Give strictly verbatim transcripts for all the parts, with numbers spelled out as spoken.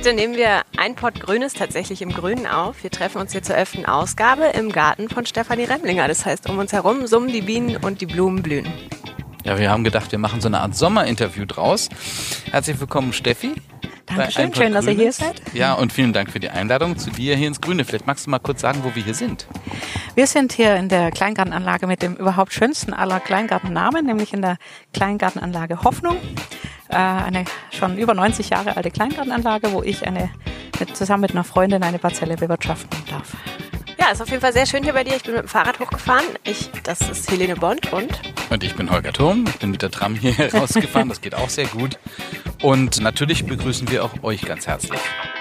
Heute nehmen wir ein Pott Grünes tatsächlich im Grünen auf. Wir treffen uns hier zur elften Ausgabe im Garten von Stefanie Remlinger. Das heißt, um uns herum summen die Bienen und die Blumen blühen. Ja, wir haben gedacht, wir machen so eine Art Sommerinterview draus. Herzlich willkommen, Steffi. Dankeschön, schön, dass ihr hier seid. Ja, und vielen Dank für die Einladung zu dir hier ins Grüne. Vielleicht magst du mal kurz sagen, wo wir hier sind. Wir sind hier in der Kleingartenanlage mit dem überhaupt schönsten aller Kleingartennamen, nämlich in der Kleingartenanlage Hoffnung. Äh, eine schon über neunzig Jahre alte Kleingartenanlage, wo ich eine, mit, zusammen mit einer Freundin eine Parzelle bewirtschaften darf. Ja, ist auf jeden Fall sehr schön hier bei dir. Ich bin mit dem Fahrrad hochgefahren. Ich, das ist Helene Bond und... Und ich bin Holger Thurm. Ich bin mit der Tram hier rausgefahren. Das geht auch sehr gut. Und natürlich begrüßen wir auch euch ganz herzlich.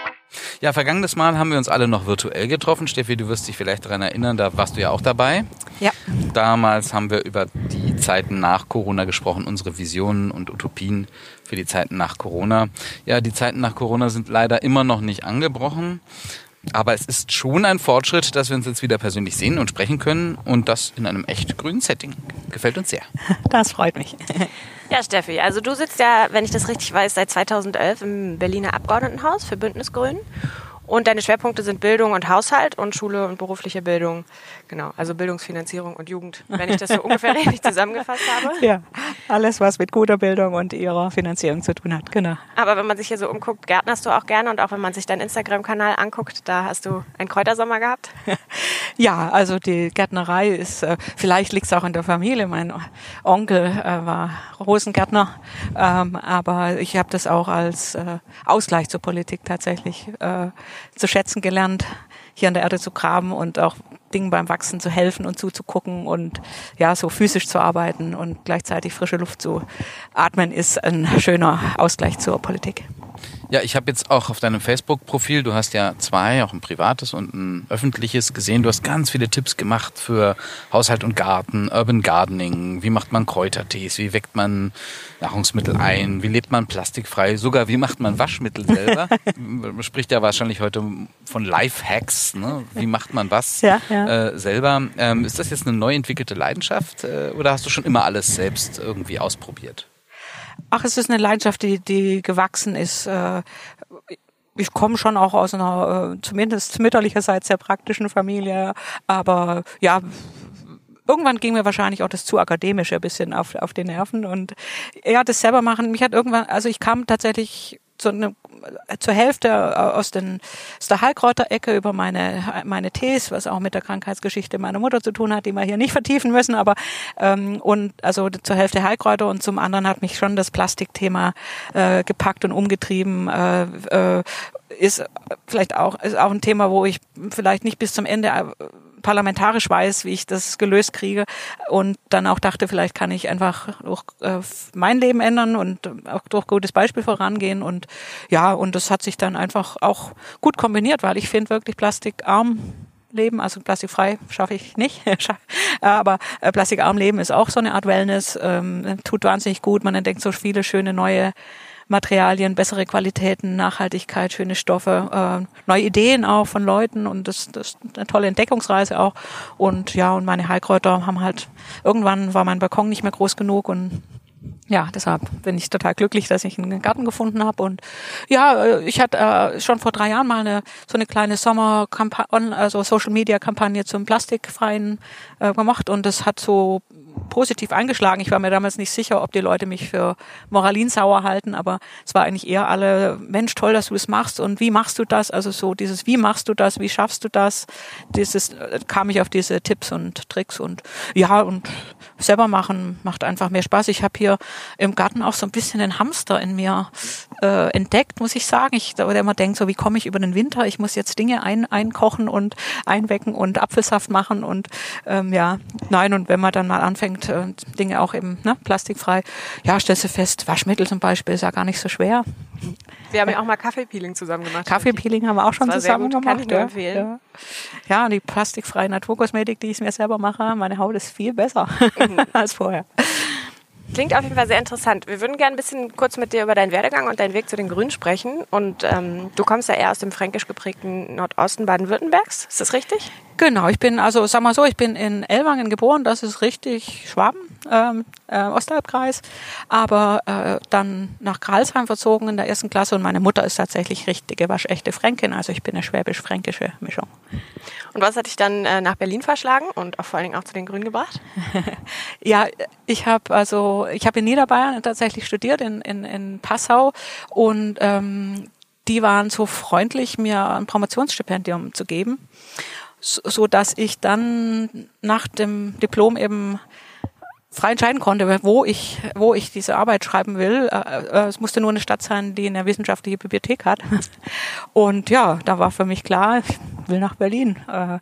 Ja, vergangenes Mal haben wir uns alle noch virtuell getroffen. Steffi, du wirst dich vielleicht daran erinnern, da warst du ja auch dabei. Ja. Damals haben wir über die Zeiten nach Corona gesprochen, unsere Visionen und Utopien für die Zeiten nach Corona. Ja, die Zeiten nach Corona sind leider immer noch nicht angebrochen. Aber es ist schon ein Fortschritt, dass wir uns jetzt wieder persönlich sehen und sprechen können. Und das in einem echt grünen Setting. Gefällt uns sehr. Das freut mich. Ja, Steffi, also du sitzt ja, wenn ich das richtig weiß, seit zweitausendelf im Berliner Abgeordnetenhaus für Bündnis Grün. Und deine Schwerpunkte sind Bildung und Haushalt und Schule und berufliche Bildung. Genau, also Bildungsfinanzierung und Jugend, wenn ich das so ungefähr richtig zusammengefasst habe. Ja, alles, was mit guter Bildung und ihrer Finanzierung zu tun hat, genau. Aber wenn man sich hier so umguckt, gärtnerst du auch gerne und auch wenn man sich deinen Instagram-Kanal anguckt, da hast du einen Kräutersommer gehabt? Ja, also die Gärtnerei ist, äh, vielleicht liegt es auch in der Familie. Mein Onkel äh, war Rosengärtner, ähm, aber ich habe das auch als äh, Ausgleich zur Politik tatsächlich äh, zu schätzen gelernt, hier an der Erde zu graben und auch Dingen beim Wachsen zu helfen und zuzugucken und ja, so physisch zu arbeiten und gleichzeitig frische Luft zu atmen, ist ein schöner Ausgleich zur Politik. Ja, ich habe jetzt auch auf deinem Facebook-Profil, du hast ja zwei, auch ein privates und ein öffentliches gesehen. Du hast ganz viele Tipps gemacht für Haushalt und Garten, Urban Gardening. Wie macht man Kräutertees? Wie weckt man Nahrungsmittel ein? Wie lebt man plastikfrei? Sogar wie macht man Waschmittel selber? Man spricht ja wahrscheinlich heute von Lifehacks. Ne? Wie macht man was ja, ja. Äh, selber? Ähm, ist das jetzt eine neu entwickelte Leidenschaft äh, oder hast du schon immer alles selbst irgendwie ausprobiert? Ach, es ist eine Leidenschaft, die, die gewachsen ist. Ich komme schon auch aus einer, zumindest mütterlicherseits, sehr praktischen Familie. Aber ja, irgendwann ging mir wahrscheinlich auch das zu akademische ein bisschen auf, auf die Nerven. Und ja, das selber machen, mich hat irgendwann, also ich kam tatsächlich zu eine, zur Hälfte aus, den, aus der Heilkräuterecke über meine meine Tees, was auch mit der Krankheitsgeschichte meiner Mutter zu tun hat, die wir hier nicht vertiefen müssen, aber ähm, und also zur Hälfte Heilkräuter und zum anderen hat mich schon das Plastikthema äh, gepackt und umgetrieben. Äh, äh, ist vielleicht auch ist auch ein Thema, wo ich vielleicht nicht bis zum Ende äh, parlamentarisch weiß, wie ich das gelöst kriege und dann auch dachte, vielleicht kann ich einfach durch äh, mein Leben ändern und auch durch gutes Beispiel vorangehen und ja, und das hat sich dann einfach auch gut kombiniert, weil ich finde wirklich plastikarm leben, also plastikfrei schaffe ich nicht, aber äh, plastikarm leben ist auch so eine Art Wellness, ähm, tut wahnsinnig gut, man entdeckt so viele schöne neue Materialien, bessere Qualitäten, Nachhaltigkeit, schöne Stoffe, äh, neue Ideen auch von Leuten und das, das ist eine tolle Entdeckungsreise auch. Und ja, und meine Heilkräuter haben halt, irgendwann war mein Balkon nicht mehr groß genug und ja, deshalb bin ich total glücklich, dass ich einen Garten gefunden habe. Und ja, ich hatte äh, schon vor drei Jahren mal eine so eine kleine Sommerkampagne, also Social-Media-Kampagne zum Plastikfreien äh, gemacht und das hat so positiv eingeschlagen. Ich war mir damals nicht sicher, ob die Leute mich für moralinsauer halten, aber es war eigentlich eher alle, Mensch, toll, dass du das machst und wie machst du das? Also so dieses, wie machst du das? Wie schaffst du das? Dieses, kam ich auf diese Tipps und Tricks und ja, und selber machen macht einfach mehr Spaß. Ich habe hier im Garten auch so ein bisschen den Hamster in mir äh, entdeckt, muss ich sagen. Ich, da immer denkt so, wie komme ich über den Winter? Ich muss jetzt Dinge ein, einkochen und einwecken und Apfelsaft machen und ähm, ja, nein, und wenn man dann mal anfängt, äh, Dinge auch eben ne, plastikfrei, ja, stellst du fest, Waschmittel zum Beispiel ist ja gar nicht so schwer. Wir haben ja auch mal Kaffeepeeling zusammen gemacht. Kaffeepeeling haben wir auch schon zusammen gut, gemacht. Kann ich nur ja. empfehlen. Ja. ja, und die plastikfreie Naturkosmetik, die ich mir selber mache, meine Haut ist viel besser mhm. als vorher. Klingt auf jeden Fall sehr interessant. Wir würden gerne ein bisschen kurz mit dir über deinen Werdegang und deinen Weg zu den Grünen sprechen. Und ähm, du kommst ja eher aus dem fränkisch geprägten Nordosten Baden-Württembergs. Ist das richtig? Genau, ich bin, also sag mal so, ich bin in Ellwangen geboren, das ist richtig Schwaben, ähm, äh, Ostalbkreis, aber äh, dann nach Gralsheim verzogen in der ersten Klasse und meine Mutter ist tatsächlich richtige, waschechte Fränkin, also ich bin eine schwäbisch-fränkische Mischung. Und was hat dich dann äh, nach Berlin verschlagen und auch vor allen Dingen auch zu den Grünen gebracht? Ja, ich habe also, ich habe in Niederbayern tatsächlich studiert, in, in, in Passau und ähm, die waren so freundlich, mir ein Promotionsstipendium zu geben, so dass ich dann nach dem Diplom eben frei entscheiden konnte, wo ich wo ich diese Arbeit schreiben will. Es musste nur eine Stadt sein, die eine wissenschaftliche Bibliothek hat. Und ja, da war für mich klar, ich will nach Berlin.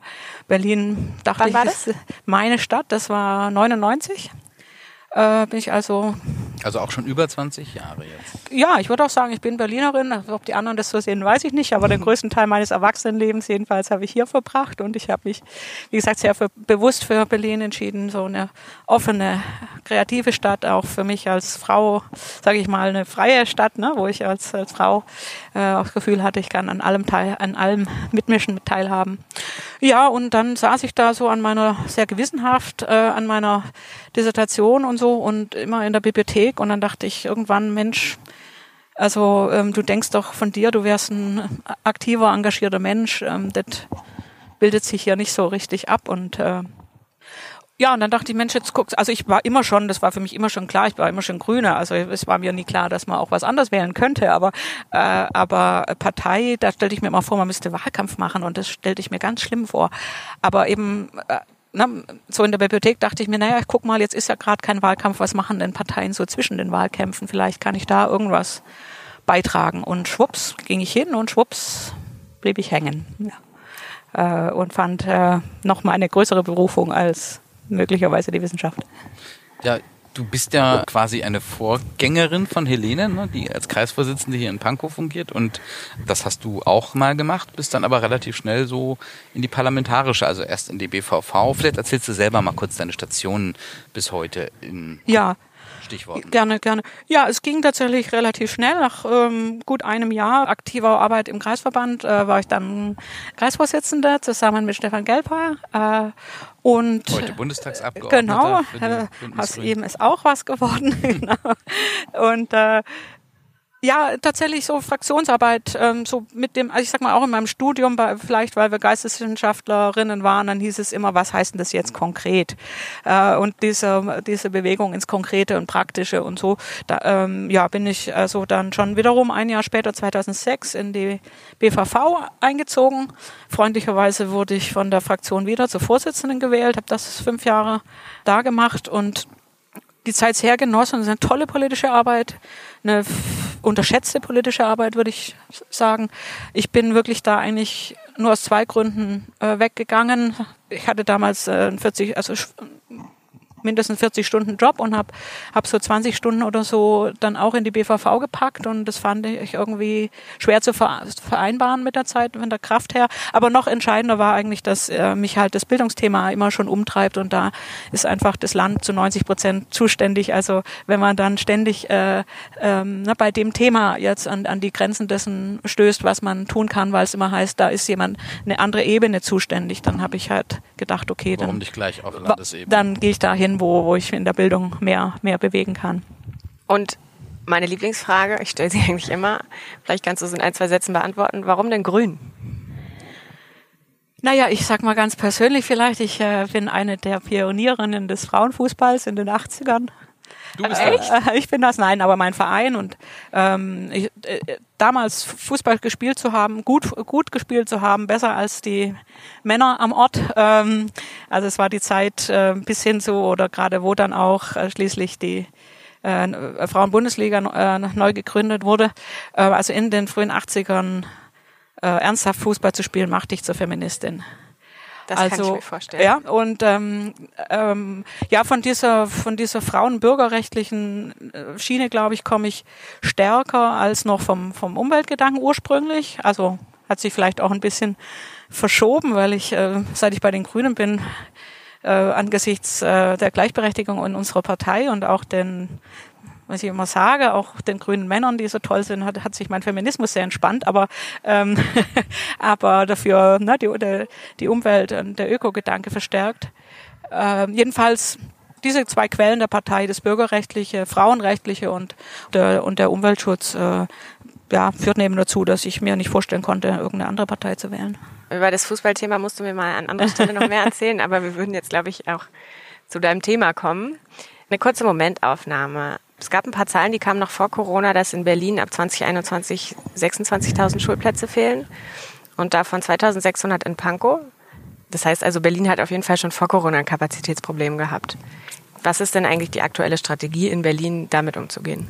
Berlin, dachte ich, ist meine Stadt. Das war neunundneunzig. Äh, bin ich also... Also auch schon über zwanzig Jahre jetzt. Ja, ich würde auch sagen, ich bin Berlinerin. Ob die anderen das so sehen, weiß ich nicht. Aber den größten Teil meines Erwachsenenlebens jedenfalls habe ich hier verbracht. Und ich habe mich, wie gesagt, sehr für, bewusst für Berlin entschieden. So eine offene, kreative Stadt, auch für mich als Frau, sage ich mal, eine freie Stadt, ne, wo ich als, als Frau äh, auch das Gefühl hatte, ich kann an allem teil, an allem mitmischen, mit teilhaben. Ja, und dann saß ich da so an meiner, sehr gewissenhaft, äh, an meiner Dissertation und so und immer in der Bibliothek und dann dachte ich irgendwann, Mensch, also ähm, du denkst doch von dir, du wärst ein aktiver, engagierter Mensch, ähm, das bildet sich hier nicht so richtig ab und äh, ja, und dann dachte ich, Mensch, jetzt guckst, also ich war immer schon, das war für mich immer schon klar, ich war immer schon Grüne, also es war mir nie klar, dass man auch was anderes wählen könnte, aber äh, aber Partei, da stellte ich mir immer vor, man müsste Wahlkampf machen und das stellte ich mir ganz schlimm vor, aber eben äh, Na, so in der Bibliothek dachte ich mir, naja, ich guck mal, jetzt ist ja gerade kein Wahlkampf, was machen denn Parteien so zwischen den Wahlkämpfen? Vielleicht kann ich da irgendwas beitragen. Und schwupps ging ich hin und schwupps blieb ich hängen. Ja. Äh, und fand äh, noch mal eine größere Berufung als möglicherweise die Wissenschaft. Ja, du bist ja quasi eine Vorgängerin von Helene, ne, die als Kreisvorsitzende hier in Pankow fungiert und das hast du auch mal gemacht, bist dann aber relativ schnell so in die parlamentarische, also erst in die B V V. Vielleicht erzählst du selber mal kurz deine Stationen bis heute in ja. Stichworten. Gerne, gerne. Ja, es ging tatsächlich relativ schnell. Nach ähm, gut einem Jahr aktiver Arbeit im Kreisverband äh, war ich dann Kreisvorsitzende zusammen mit Stefan Gelper. Äh, und heute Bundestagsabgeordneter. Genau, äh, hast eben ist auch was geworden. Genau. Und äh, ja, tatsächlich so Fraktionsarbeit, ähm, so mit dem, also ich sag mal auch in meinem Studium, bei, vielleicht weil wir Geisteswissenschaftlerinnen waren, dann hieß es immer, was heißt denn das jetzt konkret? Äh, und diese diese Bewegung ins Konkrete und Praktische und so, da ähm, ja bin ich also dann schon wiederum ein Jahr später, zweitausendsechs, in die B V V eingezogen. Freundlicherweise wurde ich von der Fraktion wieder zur Vorsitzenden gewählt, habe das fünf Jahre da gemacht und die Zeit sehr genossen. Das ist eine tolle politische Arbeit, eine unterschätzte politische Arbeit, würde ich sagen. Ich bin wirklich da eigentlich nur aus zwei Gründen äh, weggegangen. Ich hatte damals äh, vierzig, also mindestens vierzig Stunden Job und habe hab so zwanzig Stunden oder so dann auch in die B V V gepackt und das fand ich irgendwie schwer zu vereinbaren mit der Zeit, von der Kraft her. Aber noch entscheidender war eigentlich, dass äh, mich halt das Bildungsthema immer schon umtreibt und da ist einfach das Land zu neunzig Prozent zuständig. Also wenn man dann ständig äh, ähm, na, bei dem Thema jetzt an, an die Grenzen dessen stößt, was man tun kann, weil es immer heißt, da ist jemand eine andere Ebene zuständig, dann habe ich halt gedacht, okay, Warum dann, nicht gleich auf Landesebene? Dann gehe ich da hin, wo, wo ich in der Bildung mehr, mehr bewegen kann. Und meine Lieblingsfrage, ich stelle sie eigentlich immer, vielleicht kannst du es in ein, zwei Sätzen beantworten, warum denn Grün? Naja, ich sag mal ganz persönlich vielleicht, ich äh, bin eine der Pionierinnen des Frauenfußballs in den achtzigern. Du bist äh, das? Ich bin das, nein, aber mein Verein und ähm, ich, äh, damals Fußball gespielt zu haben, gut gut gespielt zu haben, besser als die Männer am Ort. Ähm, also es war die Zeit äh, bis hin zu oder gerade wo dann auch äh, schließlich die äh, Frauenbundesliga äh, neu gegründet wurde. Äh, also in den frühen achtzigern äh, ernsthaft Fußball zu spielen, machte ich zur Feministin. Das also, kann ich mir vorstellen. Ja, und ähm, ähm, ja, von dieser von dieser frauenbürgerrechtlichen Schiene, glaube ich, komme ich stärker als noch vom vom Umweltgedanken ursprünglich. Also hat sich vielleicht auch ein bisschen verschoben, weil ich, äh, seit ich bei den Grünen bin, äh, angesichts äh, der Gleichberechtigung in unserer Partei und auch den, was ich immer sage, auch den grünen Männern, die so toll sind, hat, hat sich mein Feminismus sehr entspannt, aber ähm, aber dafür ne, die, die Umwelt und der Ökogedanke verstärkt. Äh, jedenfalls diese zwei Quellen der Partei, das bürgerrechtliche, frauenrechtliche und der, und der Umweltschutz, äh, ja, führt neben dazu, dass ich mir nicht vorstellen konnte, irgendeine andere Partei zu wählen. Über das Fußballthema musst du mir mal an anderer Stelle noch mehr erzählen, aber wir würden jetzt, glaube ich, auch zu deinem Thema kommen. Eine kurze Momentaufnahme. Es gab ein paar Zahlen, die kamen noch vor Corona, dass in Berlin ab zwanzig einundzwanzig sechsundzwanzigtausend Schulplätze fehlen und davon zweitausendsechshundert in Pankow. Das heißt also, Berlin hat auf jeden Fall schon vor Corona ein Kapazitätsproblem gehabt. Was ist denn eigentlich die aktuelle Strategie in Berlin, damit umzugehen?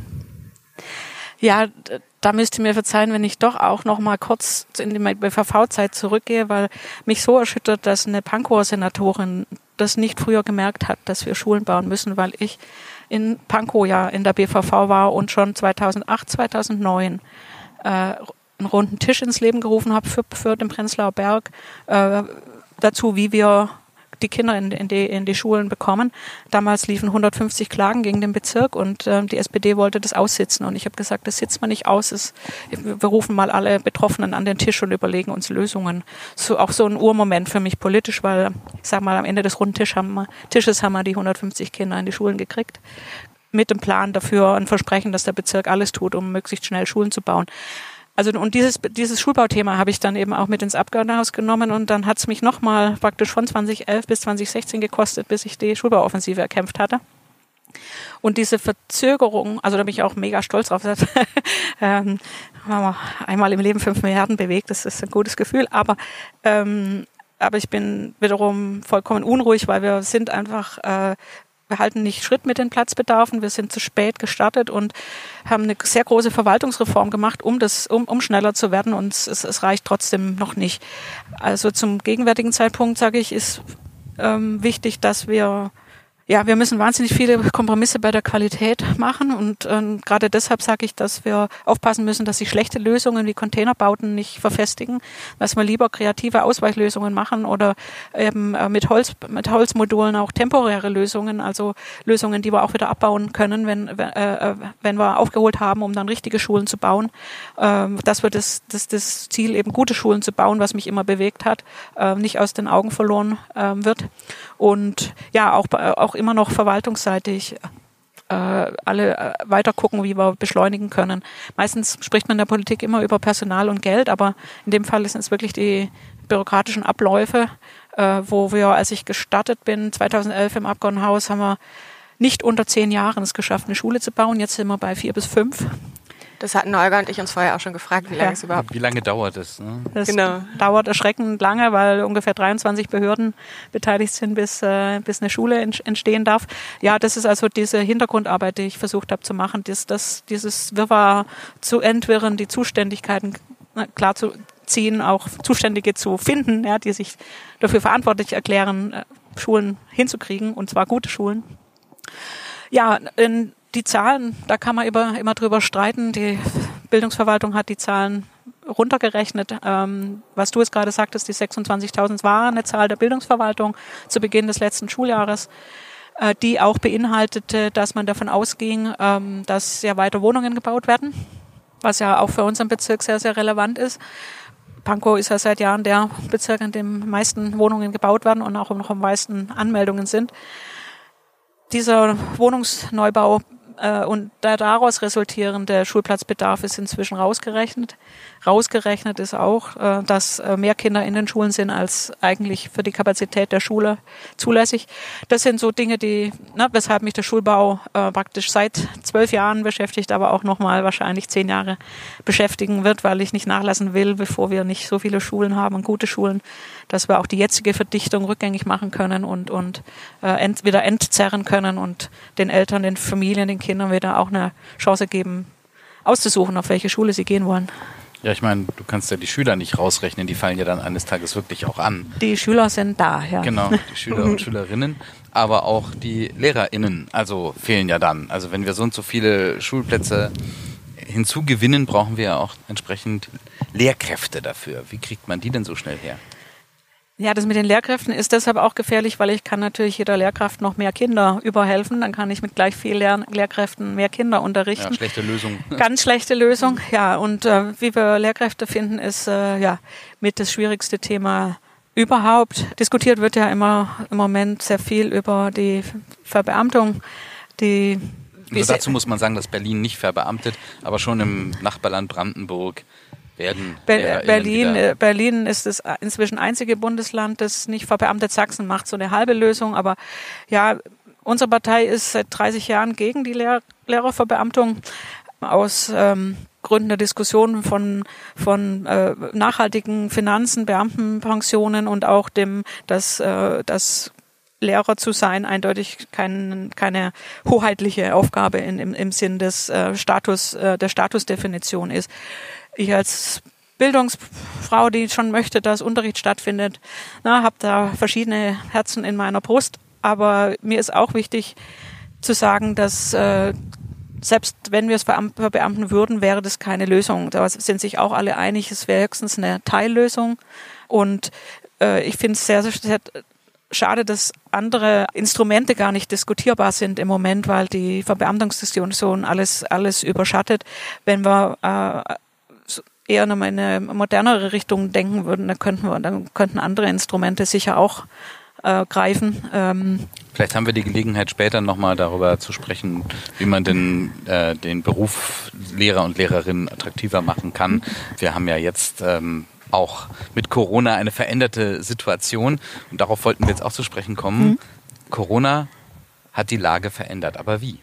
Ja, da müsst ihr mir verzeihen, wenn ich doch auch noch mal kurz in die B V V-Zeit zurückgehe, weil mich so erschüttert, dass eine Pankower Senatorin das nicht früher gemerkt hat, dass wir Schulen bauen müssen, weil ich in Pankow ja in der B V V war und schon zweitausendacht, zweitausendneun äh, einen runden Tisch ins Leben gerufen habe für, für den Prenzlauer Berg, äh, dazu, wie wir die Kinder in, in, die, in die Schulen bekommen. Damals liefen hundertfünfzig Klagen gegen den Bezirk und äh, die S P D wollte das aussitzen. Und ich habe gesagt, das sitzt man nicht aus. Das, wir rufen mal alle Betroffenen an den Tisch und überlegen uns Lösungen. So, auch so ein Urmoment für mich politisch, weil ich sage mal, am Ende des runden Tisch haben wir, Tisches haben wir die hundertfünfzig Kinder in die Schulen gekriegt. Mit dem Plan dafür, ein Versprechen, dass der Bezirk alles tut, um möglichst schnell Schulen zu bauen. Also und dieses dieses Schulbauthema habe ich dann eben auch mit ins Abgeordnetenhaus genommen und dann hat es mich nochmal praktisch von zweitausendelf bis zweitausendsechzehn gekostet, bis ich die Schulbauoffensive erkämpft hatte. Und diese Verzögerung, also da bin ich auch mega stolz drauf, ähm, einmal im Leben fünf Milliarden bewegt, das ist ein gutes Gefühl, aber ähm, aber ich bin wiederum vollkommen unruhig, weil wir sind einfach äh, wir halten nicht Schritt mit den Platzbedarfen, wir sind zu spät gestartet und haben eine sehr große Verwaltungsreform gemacht, um das, um, um schneller zu werden und es, es reicht trotzdem noch nicht. Also zum gegenwärtigen Zeitpunkt, sage ich, ist ähm, wichtig, dass wir Ja, wir müssen wahnsinnig viele Kompromisse bei der Qualität machen und ähm, gerade deshalb sage ich, dass wir aufpassen müssen, dass sich schlechte Lösungen wie Containerbauten nicht verfestigen, dass wir lieber kreative Ausweichlösungen machen oder eben äh, mit Holz, mit Holzmodulen auch temporäre Lösungen, also Lösungen, die wir auch wieder abbauen können, wenn äh, wenn wir aufgeholt haben, um dann richtige Schulen zu bauen. Ähm, dass wir das, das das Ziel eben gute Schulen zu bauen, was mich immer bewegt hat, äh, nicht aus den Augen verloren äh, wird und ja auch auch immer noch verwaltungsseitig äh, alle äh, weiter gucken, wie wir beschleunigen können. Meistens spricht man in der Politik immer über Personal und Geld, aber in dem Fall sind es wirklich die bürokratischen Abläufe, äh, wo wir, als ich gestartet bin, zweitausendelf im Abgeordnetenhaus, haben wir nicht unter zehn Jahren es geschafft, eine Schule zu bauen. Jetzt sind wir bei vier bis fünf. Das hatten Olga und ich uns vorher auch schon gefragt, wie lange ja. es überhaupt... Wie lange dauert es? Ne? Das genau. dauert erschreckend lange, weil ungefähr dreiundzwanzig Behörden beteiligt sind, bis, äh, bis eine Schule entstehen darf. Ja, das ist also diese Hintergrundarbeit, die ich versucht habe zu machen, das, das, dieses Wirrwarr zu entwirren, die Zuständigkeiten klar zu ziehen, auch Zuständige zu finden, ja, die sich dafür verantwortlich erklären, Schulen hinzukriegen, und zwar gute Schulen. Ja, in die Zahlen, da kann man immer, immer drüber streiten. Die Bildungsverwaltung hat die Zahlen runtergerechnet. Ähm, was du jetzt gerade sagtest, die sechsundzwanzigtausend war eine Zahl der Bildungsverwaltung zu Beginn des letzten Schuljahres, äh, die auch beinhaltete, dass man davon ausging, ähm, dass ja weiter Wohnungen gebaut werden, was ja auch für unseren Bezirk sehr, sehr relevant ist. Pankow ist ja seit Jahren der Bezirk, in dem am meisten Wohnungen gebaut werden und auch noch am meisten Anmeldungen sind. Dieser Wohnungsneubau äh, und der daraus resultierende Schulplatzbedarf ist inzwischen rausgerechnet. Rausgerechnet ist auch, äh, dass äh, mehr Kinder in den Schulen sind, als eigentlich für die Kapazität der Schule zulässig. Das sind so Dinge, die, na, weshalb mich der Schulbau äh, praktisch seit zwölf Jahren beschäftigt, aber auch nochmal wahrscheinlich zehn Jahre beschäftigen wird, weil ich nicht nachlassen will, bevor wir nicht so viele Schulen haben und gute Schulen, dass wir auch die jetzige Verdichtung rückgängig machen können und, und äh, ent, wieder entzerren können und den Eltern, den Familien, den Kindern wieder auch eine Chance geben, auszusuchen, auf welche Schule sie gehen wollen. Ja, ich meine, du kannst ja die Schüler nicht rausrechnen, die fallen ja dann eines Tages wirklich auch an. Die Schüler sind da, ja. Genau, die Schüler und Schülerinnen, aber auch die LehrerInnen, also fehlen ja dann. Also wenn wir so und so viele Schulplätze hinzugewinnen, brauchen wir ja auch entsprechend Lehrkräfte dafür. Wie kriegt man die denn so schnell her? Ja, das mit den Lehrkräften ist deshalb auch gefährlich, weil ich kann natürlich jeder Lehrkraft noch mehr Kinder überhelfen. Dann kann ich mit gleich viel Lehr- Lehrkräften mehr Kinder unterrichten. Ja, schlechte Lösung. Ganz schlechte Lösung, ja. Und äh, wie wir Lehrkräfte finden, ist äh, ja mit das schwierigste Thema überhaupt. Diskutiert wird ja immer im Moment sehr viel über die Verbeamtung, die also dazu muss man sagen, dass Berlin nicht verbeamtet, aber schon im Nachbarland Brandenburg werden Be- Berlin, Berlin ist das inzwischen einzige Bundesland, das nicht verbeamtet. Sachsen macht so eine halbe Lösung, aber ja, unsere Partei ist seit dreißig Jahren gegen die Lehr- Lehrerverbeamtung aus ähm, Gründen der Diskussion von von äh, nachhaltigen Finanzen, Beamtenpensionen und auch dem, dass äh, das Lehrer zu sein eindeutig kein, keine hoheitliche Aufgabe in, im, im Sinn des äh, Status äh, der Statusdefinition ist. Ich als Bildungsfrau, die schon möchte, dass Unterricht stattfindet, habe da verschiedene Herzen in meiner Brust. Aber mir ist auch wichtig zu sagen, dass äh, selbst wenn wir es verbeamten würden, wäre das keine Lösung. Da sind sich auch alle einig, es wäre höchstens eine Teillösung. Und äh, ich finde es sehr, sehr schade, dass andere Instrumente gar nicht diskutierbar sind im Moment, weil die Verbeamtungsdiskussion alles, alles überschattet. Wenn wir äh, eher noch mal in eine modernere Richtung denken würden, dann könnten wir, dann könnten andere Instrumente sicher auch äh, greifen. Ähm Vielleicht haben wir die Gelegenheit, später nochmal darüber zu sprechen, wie man denn äh, den Beruf Lehrer und Lehrerinnen attraktiver machen kann. Wir haben ja jetzt ähm, auch mit Corona eine veränderte Situation und darauf wollten wir jetzt auch zu sprechen kommen. Mhm. Corona hat die Lage verändert, aber wie?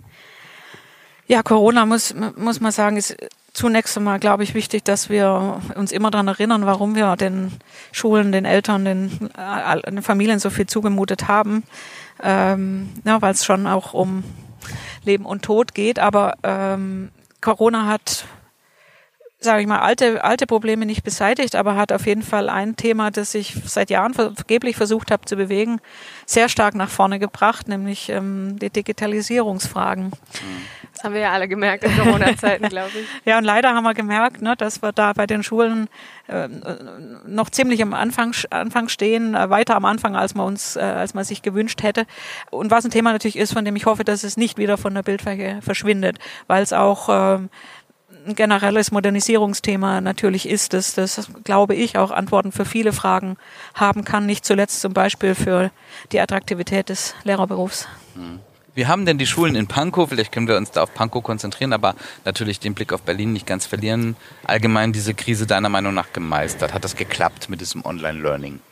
Ja, Corona muss, muss man sagen, ist zunächst einmal, glaube ich, wichtig, dass wir uns immer daran erinnern, warum wir den Schulen, den Eltern, den, äh, den Familien so viel zugemutet haben, ähm, ja, weil es schon auch um Leben und Tod geht. Aber ähm, Corona hat, sage ich mal, alte alte Probleme nicht beseitigt, aber hat auf jeden Fall ein Thema, das ich seit Jahren vergeblich versucht habe zu bewegen, sehr stark nach vorne gebracht, nämlich ähm, die Digitalisierungsfragen. Das haben wir ja alle gemerkt in Corona-Zeiten, glaube ich. Ja, und leider haben wir gemerkt, ne, dass wir da bei den Schulen äh, noch ziemlich am Anfang, Anfang stehen, äh, weiter am Anfang, als man uns, äh, als man sich gewünscht hätte. Und was ein Thema natürlich ist, von dem ich hoffe, dass es nicht wieder von der Bildfläche verschwindet, weil es auch äh, ein generelles Modernisierungsthema natürlich ist, dass das, glaube ich, auch Antworten für viele Fragen haben kann, nicht zuletzt zum Beispiel für die Attraktivität des Lehrerberufs. Wie haben denn die Schulen in Pankow, vielleicht können wir uns da auf Pankow konzentrieren, aber natürlich den Blick auf Berlin nicht ganz verlieren, allgemein diese Krise deiner Meinung nach gemeistert? Hat das geklappt mit diesem Online-Learning?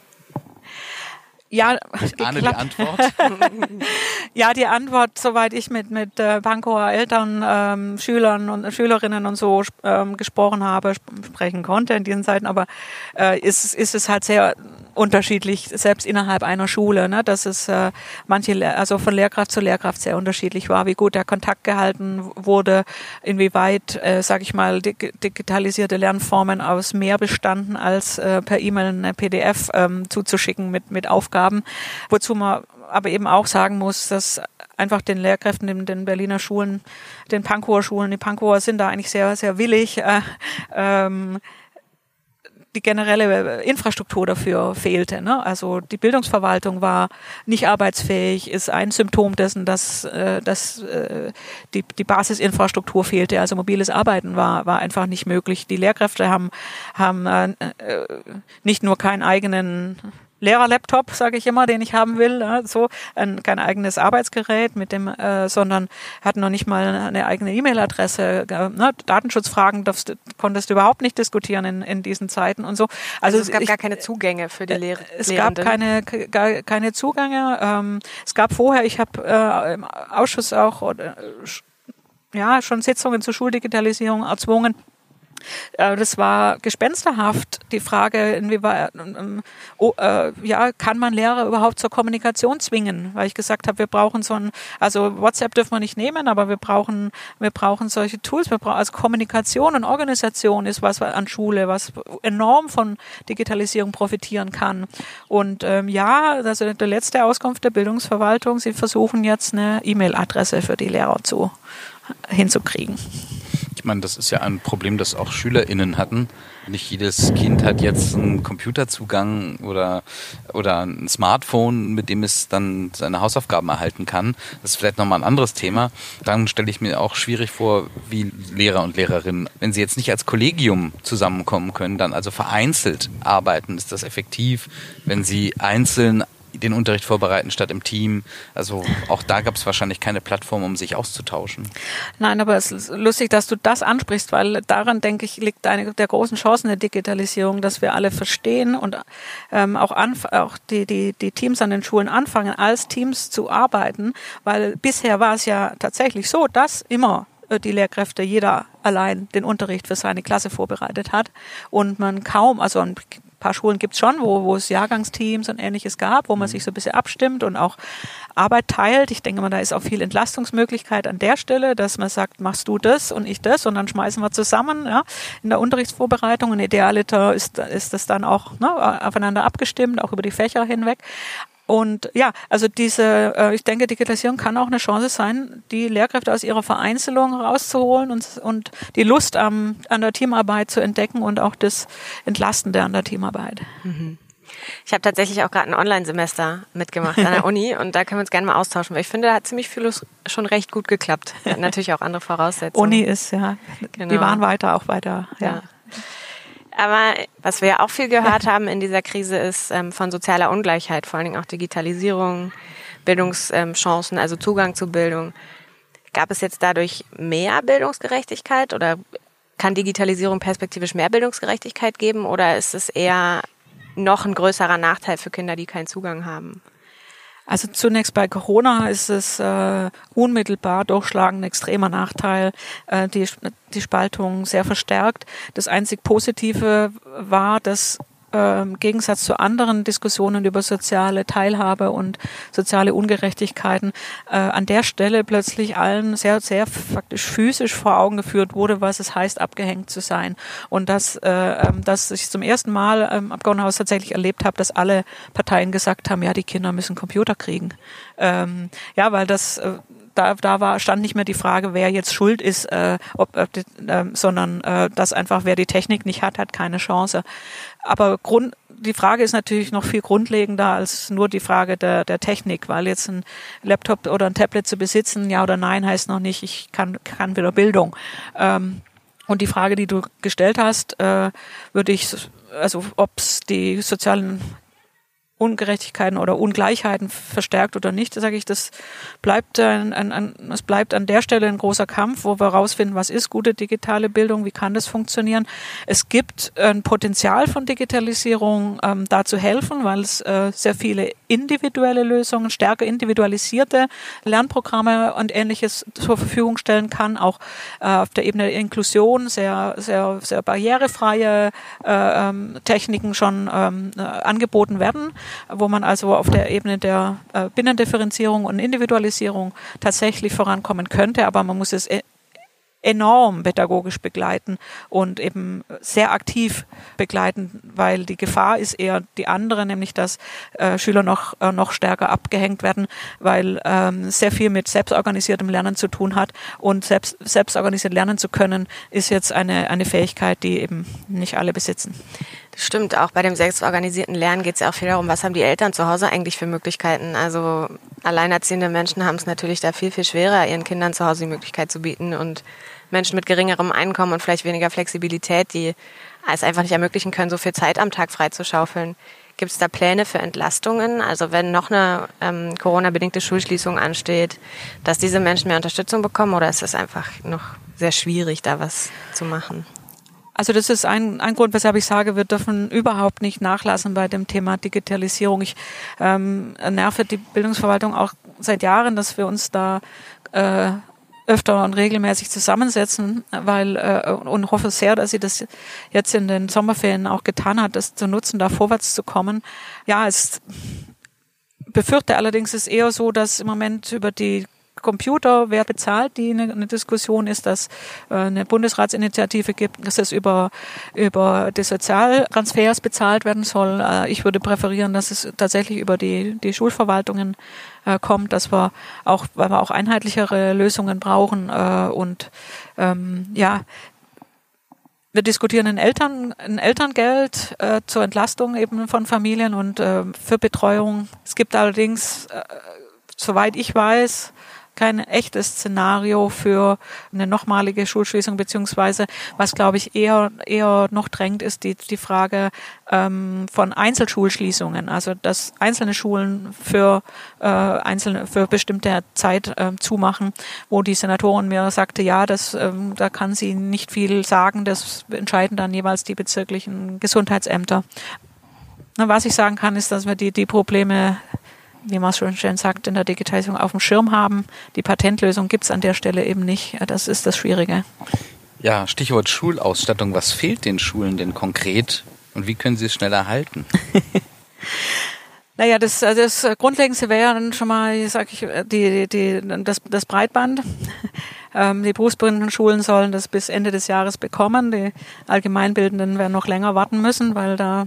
Ja, ich ahne die Antwort. Ja, die Antwort, soweit ich mit mit äh, Pankower Eltern, ähm, Schülern und Schülerinnen und so ähm, gesprochen habe, sp- sprechen konnte in diesen Zeiten, aber äh, ist ist es halt sehr unterschiedlich, selbst innerhalb einer Schule, ne, dass es äh, manche, also von Lehrkraft zu Lehrkraft sehr unterschiedlich war, wie gut der Kontakt gehalten wurde, inwieweit, äh, sage ich mal, dig- digitalisierte Lernformen aus mehr bestanden, als äh, per E-Mail eine P D F ähm, zuzuschicken mit mit Aufgaben, wozu man aber eben auch sagen muss, dass einfach den Lehrkräften in den Berliner Schulen, den Pankower Schulen, die Pankower sind da eigentlich sehr, sehr willig, äh, ähm, die generelle Infrastruktur dafür fehlte. Ne? Also die Bildungsverwaltung war nicht arbeitsfähig, ist ein Symptom dessen, dass, äh, dass äh, die, die Basisinfrastruktur fehlte. Also mobiles Arbeiten war, war einfach nicht möglich. Die Lehrkräfte haben, haben äh, nicht nur keinen eigenen Lehrerlaptop, sage ich immer, den ich haben will, ja, so ein, kein eigenes Arbeitsgerät, mit dem, äh, sondern hatten noch nicht mal eine eigene E-Mail-Adresse. Äh, ne? Datenschutzfragen darfst, konntest du überhaupt nicht diskutieren in, in diesen Zeiten und so. Also, also es gab ich, gar keine Zugänge für die Lehrer. Es Lehrenden. gab keine gar, keine Zugänge. Ähm, es gab vorher, ich habe äh, im Ausschuss auch oder, ja schon Sitzungen zur Schuldigitalisierung erzwungen. Das war gespensterhaft, die Frage, inwieweit, oh, äh, ja, kann man Lehrer überhaupt zur Kommunikation zwingen? Weil ich gesagt habe, wir brauchen so ein, also WhatsApp dürfen wir nicht nehmen, aber wir brauchen, wir brauchen solche Tools. Wir brauchen, also Kommunikation und Organisation ist was an Schule, was enorm von Digitalisierung profitieren kann. Und ähm, ja, also die letzte Auskunft der Bildungsverwaltung, sie versuchen jetzt eine E-Mail-Adresse für die Lehrer zu hinzukriegen. Ich meine, das ist ja ein Problem, das auch SchülerInnen hatten. Nicht jedes Kind hat jetzt einen Computerzugang oder, oder ein Smartphone, mit dem es dann seine Hausaufgaben erhalten kann. Das ist vielleicht nochmal ein anderes Thema. Dann stelle ich mir auch schwierig vor, wie Lehrer und Lehrerinnen, wenn sie jetzt nicht als Kollegium zusammenkommen können, dann also vereinzelt arbeiten. Ist das effektiv, wenn sie einzeln den Unterricht vorbereiten statt im Team? Also auch da gab es wahrscheinlich keine Plattform, um sich auszutauschen. Nein, aber es ist lustig, dass du das ansprichst, weil daran, denke ich, liegt eine der großen Chancen der Digitalisierung, dass wir alle verstehen und ähm, auch, anf- auch die, die, die Teams an den Schulen anfangen, als Teams zu arbeiten, weil bisher war es ja tatsächlich so, dass immer die Lehrkräfte jeder allein den Unterricht für seine Klasse vorbereitet hat und man kaum, also ein paar Schulen gibt's schon, wo, wo es Jahrgangsteams und Ähnliches gab, wo man sich so ein bisschen abstimmt und auch Arbeit teilt. Ich denke mal, da ist auch viel Entlastungsmöglichkeit an der Stelle, dass man sagt, machst du das und ich das und dann schmeißen wir zusammen, ja, in der Unterrichtsvorbereitung. Und idealiter ist, ist das dann auch, ne, aufeinander abgestimmt, auch über die Fächer hinweg. Und ja, also diese, äh, ich denke, Digitalisierung kann auch eine Chance sein, die Lehrkräfte aus ihrer Vereinzelung rauszuholen und, und die Lust am, an der Teamarbeit zu entdecken und auch das Entlastende an der Teamarbeit. Mhm. Ich habe tatsächlich auch gerade ein Online-Semester mitgemacht an der Uni und da können wir uns gerne mal austauschen, weil ich finde, da hat ziemlich vieles schon recht gut geklappt. Hat natürlich auch andere Voraussetzungen. Uni ist, ja, genau. Die waren weiter, auch weiter, ja. ja. Aber was wir ja auch viel gehört haben in dieser Krise ist ähm, von sozialer Ungleichheit, vor allen Dingen auch Digitalisierung, Bildungschancen, ähm, also Zugang zu Bildung. Gab es jetzt dadurch mehr Bildungsgerechtigkeit oder kann Digitalisierung perspektivisch mehr Bildungsgerechtigkeit geben oder ist es eher noch ein größerer Nachteil für Kinder, die keinen Zugang haben? Also zunächst bei Corona ist es äh, unmittelbar durchschlagend ein extremer Nachteil, äh, die, die Spaltung sehr verstärkt. Das einzig Positive war, dass äh, im Gegensatz zu anderen Diskussionen über soziale Teilhabe und soziale Ungerechtigkeiten äh, an der Stelle plötzlich allen sehr, sehr faktisch physisch vor Augen geführt wurde, was es heißt, abgehängt zu sein. Und dass, äh, dass ich zum ersten Mal im Abgeordnetenhaus tatsächlich erlebt habe, dass alle Parteien gesagt haben, ja, die Kinder müssen Computer kriegen. Ähm, ja, weil das äh, Da, da war, stand nicht mehr die Frage, wer jetzt schuld ist, äh, ob, äh, äh, sondern äh, dass einfach, wer die Technik nicht hat, hat keine Chance. Aber Grund, die Frage ist natürlich noch viel grundlegender als nur die Frage der, der Technik, weil jetzt ein Laptop oder ein Tablet zu besitzen, ja oder nein, heißt noch nicht, ich kann, kann wieder Bildung. Ähm, und die Frage, die du gestellt hast, äh, würde ich, also ob es die sozialen Ungerechtigkeiten oder Ungleichheiten verstärkt oder nicht, sage ich, das bleibt ein, ein, ein, es bleibt an der Stelle ein großer Kampf, wo wir rausfinden, was ist gute digitale Bildung, wie kann das funktionieren. Es gibt ein Potenzial von Digitalisierung, ähm, da zu helfen, weil es äh, sehr viele individuelle Lösungen, stärker individualisierte Lernprogramme und Ähnliches zur Verfügung stellen kann, auch äh, auf der Ebene der Inklusion sehr, sehr, sehr barrierefreie äh, ähm, Techniken schon ähm, äh, angeboten werden, wo man also auf der Ebene der äh, Binnendifferenzierung und Individualisierung tatsächlich vorankommen könnte, aber man muss es e- enorm pädagogisch begleiten und eben sehr aktiv begleiten, weil die Gefahr ist eher die andere, nämlich dass äh, Schüler noch äh, noch stärker abgehängt werden, weil ähm, sehr viel mit selbstorganisiertem Lernen zu tun hat und selbst selbstorganisiert lernen zu können, ist jetzt eine eine Fähigkeit, die eben nicht alle besitzen. Das stimmt, auch bei dem selbstorganisierten Lernen geht es ja auch viel darum, was haben die Eltern zu Hause eigentlich für Möglichkeiten. Also alleinerziehende Menschen haben es natürlich da viel, viel schwerer, ihren Kindern zu Hause die Möglichkeit zu bieten und Menschen mit geringerem Einkommen und vielleicht weniger Flexibilität, die es einfach nicht ermöglichen können, so viel Zeit am Tag freizuschaufeln. Gibt es da Pläne für Entlastungen? Also wenn noch eine ähm, Corona-bedingte Schulschließung ansteht, dass diese Menschen mehr Unterstützung bekommen oder ist es einfach noch sehr schwierig, da was zu machen? Also das ist ein, ein Grund, weshalb ich sage, wir dürfen überhaupt nicht nachlassen bei dem Thema Digitalisierung. Ich ähm, nerve die Bildungsverwaltung auch seit Jahren, dass wir uns da äh, öfter und regelmäßig zusammensetzen, weil äh, und hoffe sehr, dass sie das jetzt in den Sommerferien auch getan hat, das zu nutzen, da vorwärts zu kommen. Ja, es befürchte allerdings ist eher so, dass im Moment über die Computer, wer bezahlt die, eine, eine Diskussion ist, dass äh, eine Bundesratsinitiative gibt, dass es über, über die Sozialtransfers bezahlt werden soll. Äh, ich würde präferieren, dass es tatsächlich über die, die Schulverwaltungen äh, kommt, dass wir auch, weil wir auch einheitlichere Lösungen brauchen äh, und ähm, ja, wir diskutieren ein, Eltern, ein Elterngeld äh, zur Entlastung eben von Familien und äh, für Betreuung. Es gibt allerdings, äh, soweit ich weiß, kein echtes Szenario für eine nochmalige Schulschließung, beziehungsweise was, glaube ich, eher eher noch drängt, ist die die Frage ähm, von Einzelschulschließungen, also dass einzelne Schulen für äh, einzelne für bestimmte Zeit äh, zumachen, wo die Senatorin mir sagte, ja, das ähm, da kann sie nicht viel sagen, das entscheiden dann jeweils die bezirklichen Gesundheitsämter. Na, was ich sagen kann, ist, dass wir die die Probleme, wie man schon schön sagt, in der Digitalisierung auf dem Schirm haben. Die Patentlösung gibt es an der Stelle eben nicht. Das ist das Schwierige. Ja, Stichwort Schulausstattung. Was fehlt den Schulen denn konkret und wie können sie es schneller erhalten? Naja, das, das Grundlegendste wäre dann schon mal, sag ich, die, die, das, das Breitband. Ähm, die berufsbildenden Schulen sollen das bis Ende des Jahres bekommen. Die Allgemeinbildenden werden noch länger warten müssen, weil da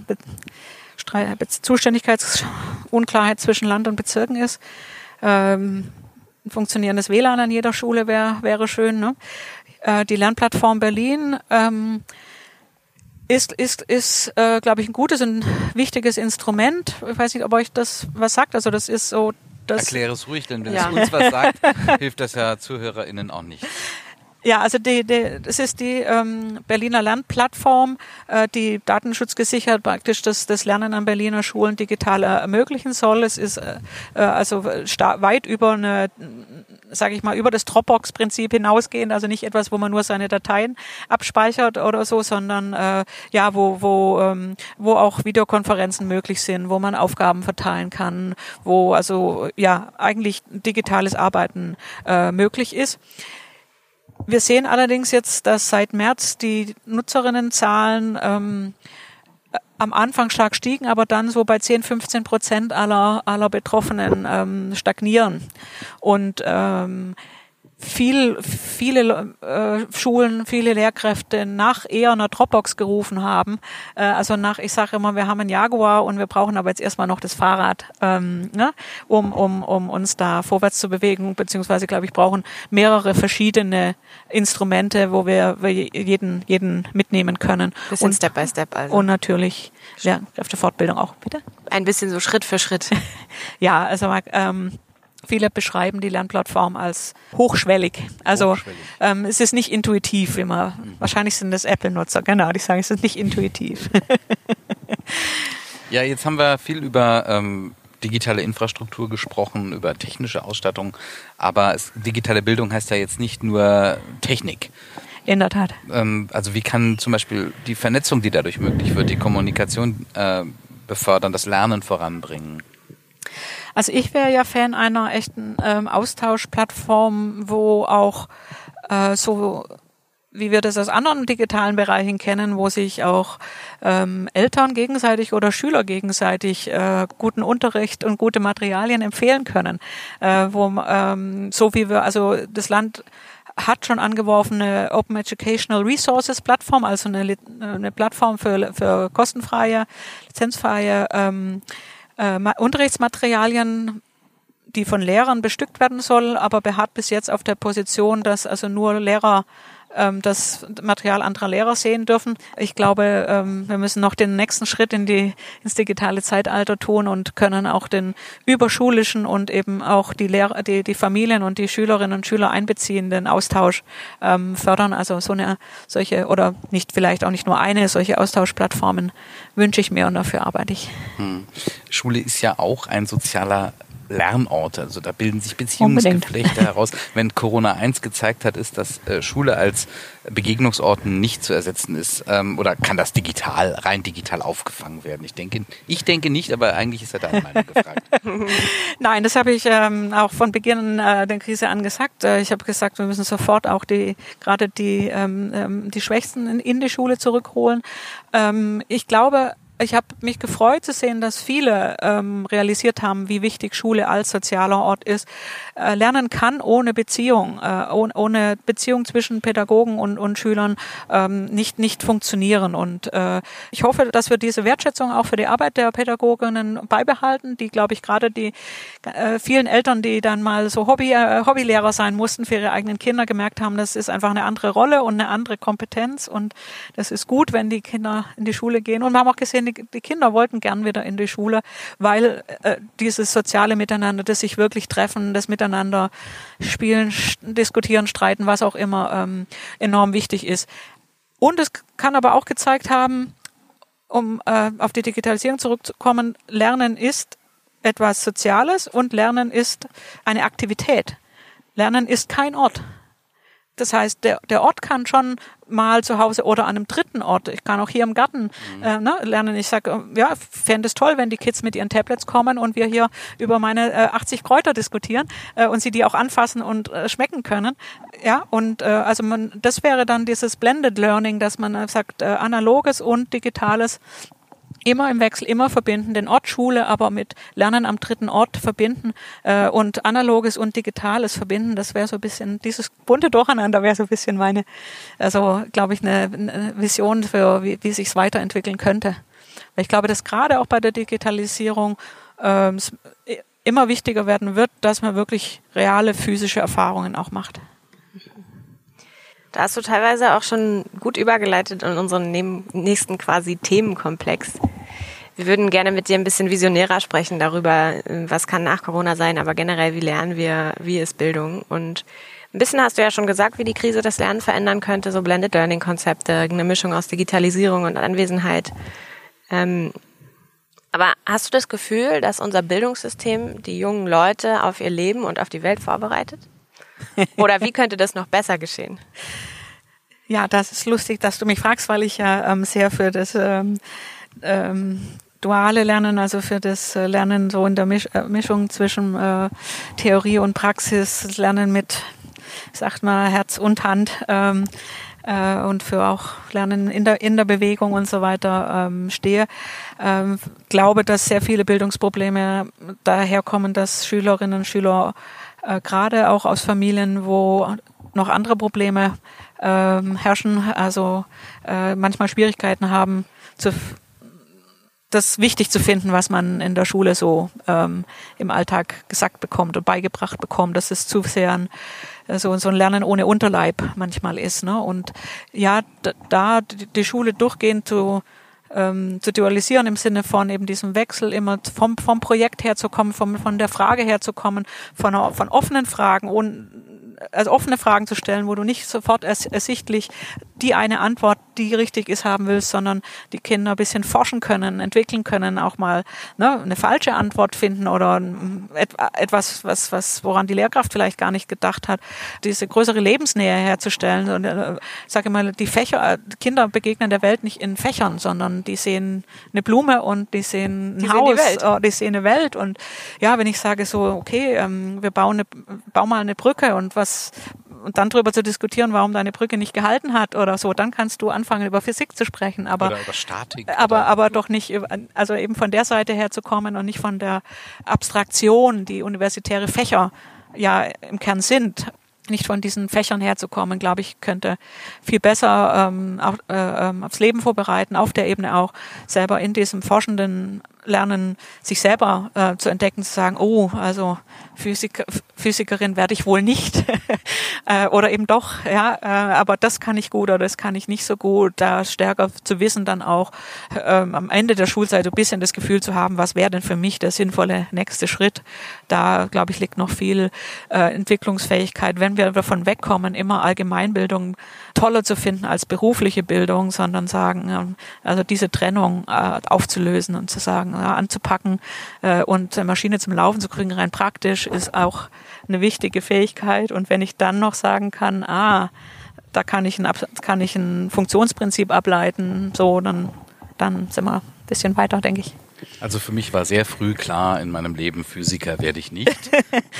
Zuständigkeitsunklarheit zwischen Land und Bezirken ist. Ähm, ein funktionierendes W L A N an jeder Schule wär, wäre schön. Ne? Äh, die Lernplattform Berlin ähm, ist, ist, ist äh, glaube ich, ein gutes und wichtiges Instrument. Ich weiß nicht, ob euch das was sagt. Also das ist so. Das Erkläre es ruhig, denn wenn ja. es uns was sagt, hilft das ja ZuhörerInnen auch nicht. Ja, also die, die, das ist die ähm, Berliner Lernplattform, äh, die datenschutzgesichert praktisch das, das Lernen an Berliner Schulen digital ermöglichen soll. Es ist äh, also sta- weit über eine, sage ich mal, über das Dropbox-Prinzip hinausgehend, also nicht etwas, wo man nur seine Dateien abspeichert oder so, sondern äh, ja, wo wo ähm, wo auch Videokonferenzen möglich sind, wo man Aufgaben verteilen kann, wo also ja eigentlich digitales Arbeiten äh, möglich ist. Wir sehen allerdings jetzt, dass seit März die Nutzerinnenzahlen ähm, am Anfang stark stiegen, aber dann so bei zehn, fünfzehn Prozent aller, aller Betroffenen ähm, stagnieren. Und ähm, viel, viele äh, Schulen, viele Lehrkräfte nach eher einer Dropbox gerufen haben. Äh, also nach, ich sage immer, wir haben einen Jaguar und wir brauchen aber jetzt erstmal noch das Fahrrad, ähm, ne, um, um, um uns da vorwärts zu bewegen, beziehungsweise, glaube ich, brauchen mehrere verschiedene Instrumente, wo wir, wir jeden, jeden mitnehmen können. Bisschen und, Step by Step also. Und natürlich Lehrkräftefortbildung auch, bitte? Ein bisschen so Schritt für Schritt. Ja, also ähm, viele beschreiben die Lernplattform als hochschwellig. Also hochschwellig. Ähm, es ist nicht intuitiv, wie man, mhm. wahrscheinlich sind das Apple-Nutzer, genau, die sagen, es ist nicht intuitiv. Ja, jetzt haben wir viel über ähm, digitale Infrastruktur gesprochen, über technische Ausstattung, aber es, digitale Bildung heißt ja jetzt nicht nur Technik. In der Tat. Ähm, also wie kann zum Beispiel die Vernetzung, die dadurch möglich wird, die Kommunikation äh, befördern, das Lernen voranbringen? Also ich wäre ja Fan einer echten ähm, Austauschplattform, wo auch äh, so, wie wir das aus anderen digitalen Bereichen kennen, wo sich auch ähm, Eltern gegenseitig oder Schüler gegenseitig äh, guten Unterricht und gute Materialien empfehlen können. Äh, wo ähm, so wie wir, also das Land hat schon angeworfene Open Educational Resources Plattform, also eine, eine Plattform für, für kostenfreie, lizenzfreie ähm, äh, Unterrichtsmaterialien, die von Lehrern bestückt werden soll, aber beharrt bis jetzt auf der Position, dass also nur Lehrer ähm, das Material anderer Lehrer sehen dürfen. Ich glaube, ähm, wir müssen noch den nächsten Schritt in die ins digitale Zeitalter tun und können auch den überschulischen und eben auch die Lehrer, die die Familien und die Schülerinnen und Schüler einbeziehenden Austausch ähm, fördern. Also so eine solche oder nicht vielleicht auch nicht nur eine solche Austauschplattformen wünsche ich mir und dafür arbeite ich. Hm. Schule ist ja auch ein sozialer Lernort, also da bilden sich Beziehungsgeflechte heraus. Wenn Corona eins gezeigt hat, ist, dass äh, Schule als Begegnungsort nicht zu ersetzen ist, ähm, oder kann das digital, rein digital aufgefangen werden? Ich denke, ich denke nicht, aber eigentlich ist ja deine Meinung gefragt. Nein, das habe ich ähm, auch von Beginn äh, der Krise an gesagt. Äh, ich habe gesagt, wir müssen sofort auch die gerade die ähm, die Schwächsten in, in die Schule zurückholen. Ähm, ich glaube, ich habe mich gefreut zu sehen, dass viele ähm, realisiert haben, wie wichtig Schule als sozialer Ort ist. Äh, Lernen kann ohne Beziehung, äh, ohne, ohne Beziehung zwischen Pädagogen und, und Schülern ähm, nicht, nicht funktionieren. Und äh, ich hoffe, dass wir diese Wertschätzung auch für die Arbeit der Pädagoginnen beibehalten, die, glaube ich, gerade die äh, vielen Eltern, die dann mal so Hobby, äh, Hobbylehrer sein mussten für ihre eigenen Kinder, gemerkt haben, das ist einfach eine andere Rolle und eine andere Kompetenz und das ist gut, wenn die Kinder in die Schule gehen. Und wir haben auch gesehen, die, die Kinder wollten gern wieder in die Schule, weil äh, dieses soziale Miteinander, das sich wirklich treffen, das Miteinander spielen, diskutieren, streiten, was auch immer, ähm, enorm wichtig ist. Und es kann aber auch gezeigt haben, um äh, auf die Digitalisierung zurückzukommen, Lernen ist etwas Soziales und Lernen ist eine Aktivität. Lernen ist kein Ort. Das heißt, der, der Ort kann schon mal zu Hause oder an einem dritten Ort, ich kann auch hier im Garten mhm. äh, ne, lernen. Ich sage, ja, fände es toll, wenn die Kids mit ihren Tablets kommen und wir hier über meine äh, achtzig Kräuter diskutieren äh, und sie die auch anfassen und äh, schmecken können. Ja, und äh, also man, das wäre dann dieses Blended Learning, dass man äh, sagt, äh, analoges und digitales immer im Wechsel, immer verbinden, den Ort Schule, aber mit Lernen am dritten Ort verbinden äh, und analoges und digitales verbinden. Das wäre so ein bisschen, dieses bunte Durcheinander wäre so ein bisschen meine, also glaube ich, eine, eine Vision für, wie, wie sich es weiterentwickeln könnte. Weil ich glaube, dass gerade auch bei der Digitalisierung ähm, immer wichtiger werden wird, dass man wirklich reale physische Erfahrungen auch macht. Da hast du teilweise auch schon gut übergeleitet in unseren nächsten quasi Themenkomplex. Wir würden gerne mit dir ein bisschen visionärer sprechen darüber, was kann nach Corona sein, aber generell, wie lernen wir, wie ist Bildung? Und ein bisschen hast du ja schon gesagt, wie die Krise das Lernen verändern könnte, so Blended Learning Konzepte, eine Mischung aus Digitalisierung und Anwesenheit. Ähm, aber hast du das Gefühl, dass unser Bildungssystem die jungen Leute auf ihr Leben und auf die Welt vorbereitet? Oder wie könnte das noch besser geschehen? Ja, das ist lustig, dass du mich fragst, weil ich ja ähm, sehr für das ähm, ähm, duale Lernen, also für das äh, Lernen so in der Misch- äh, Mischung zwischen äh, Theorie und Praxis, das Lernen mit, sagt man, Herz und Hand ähm, äh, und für auch Lernen in der, in der Bewegung und so weiter ähm, stehe. Ähm, glaube, dass sehr viele Bildungsprobleme daherkommen, dass Schülerinnen und Schüler Äh, gerade auch aus Familien, wo noch andere Probleme ähm, herrschen, also äh, manchmal Schwierigkeiten haben, zu, das wichtig zu finden, was man in der Schule so ähm, im Alltag gesagt bekommt und beigebracht bekommt, dass es zu sehr ein, so, so ein Lernen ohne Unterleib manchmal ist. Ne? Und ja, da die Schule durchgehend zu Ähm, zu dualisieren im Sinne von eben diesem Wechsel, immer vom, vom Projekt herzukommen, vom, von der Frage herzukommen, von, von offenen Fragen, und, also offene Fragen zu stellen, wo du nicht sofort ers- ersichtlich die eine Antwort, die richtig ist, haben willst, sondern die Kinder ein bisschen forschen können, entwickeln können, auch mal ne, eine falsche Antwort finden oder et- etwas, was, was, woran die Lehrkraft vielleicht gar nicht gedacht hat, diese größere Lebensnähe herzustellen. Und äh, sage mal, die Fächer, die Kinder begegnen der Welt nicht in Fächern, sondern die sehen eine Blume und die sehen ein die Haus, sehen die, Welt. die sehen eine Welt. Und ja, wenn ich sage so, okay, ähm, wir bauen, eine, bauen mal eine Brücke und was und dann darüber zu diskutieren, warum deine Brücke nicht gehalten hat oder so, dann kannst du anfangen, über Physik zu sprechen. Aber, oder über Statik. Aber, oder aber doch nicht, über, also eben von der Seite her zu kommen und nicht von der Abstraktion, die universitäre Fächer ja im Kern sind. Nicht von diesen Fächern herzukommen, glaube ich, könnte viel besser ähm, auf, äh, aufs Leben vorbereiten, auf der Ebene auch selber in diesem forschenden Lernen sich selber äh, zu entdecken, zu sagen, oh, also Physik, Physikerin werde ich wohl nicht äh, oder eben doch, ja, äh, aber das kann ich gut oder das kann ich nicht so gut, da stärker zu wissen, dann auch ähm, am Ende der Schulzeit ein bisschen das Gefühl zu haben, was wäre denn für mich der sinnvolle nächste Schritt. Da, glaube ich, liegt noch viel äh, Entwicklungsfähigkeit, wenn wir davon wegkommen, immer Allgemeinbildung toller zu finden als berufliche Bildung, sondern sagen, ähm, also diese Trennung äh, aufzulösen und zu sagen, ja, anzupacken äh, und eine Maschine zum Laufen zu kriegen, rein praktisch, ist auch eine wichtige Fähigkeit. Und wenn ich dann noch sagen kann, ah, da kann ich ein, kann ich ein Funktionsprinzip ableiten, so, dann, dann sind wir ein bisschen weiter, denke ich. Also für mich war sehr früh klar in meinem Leben, Physiker werde ich nicht. Ja,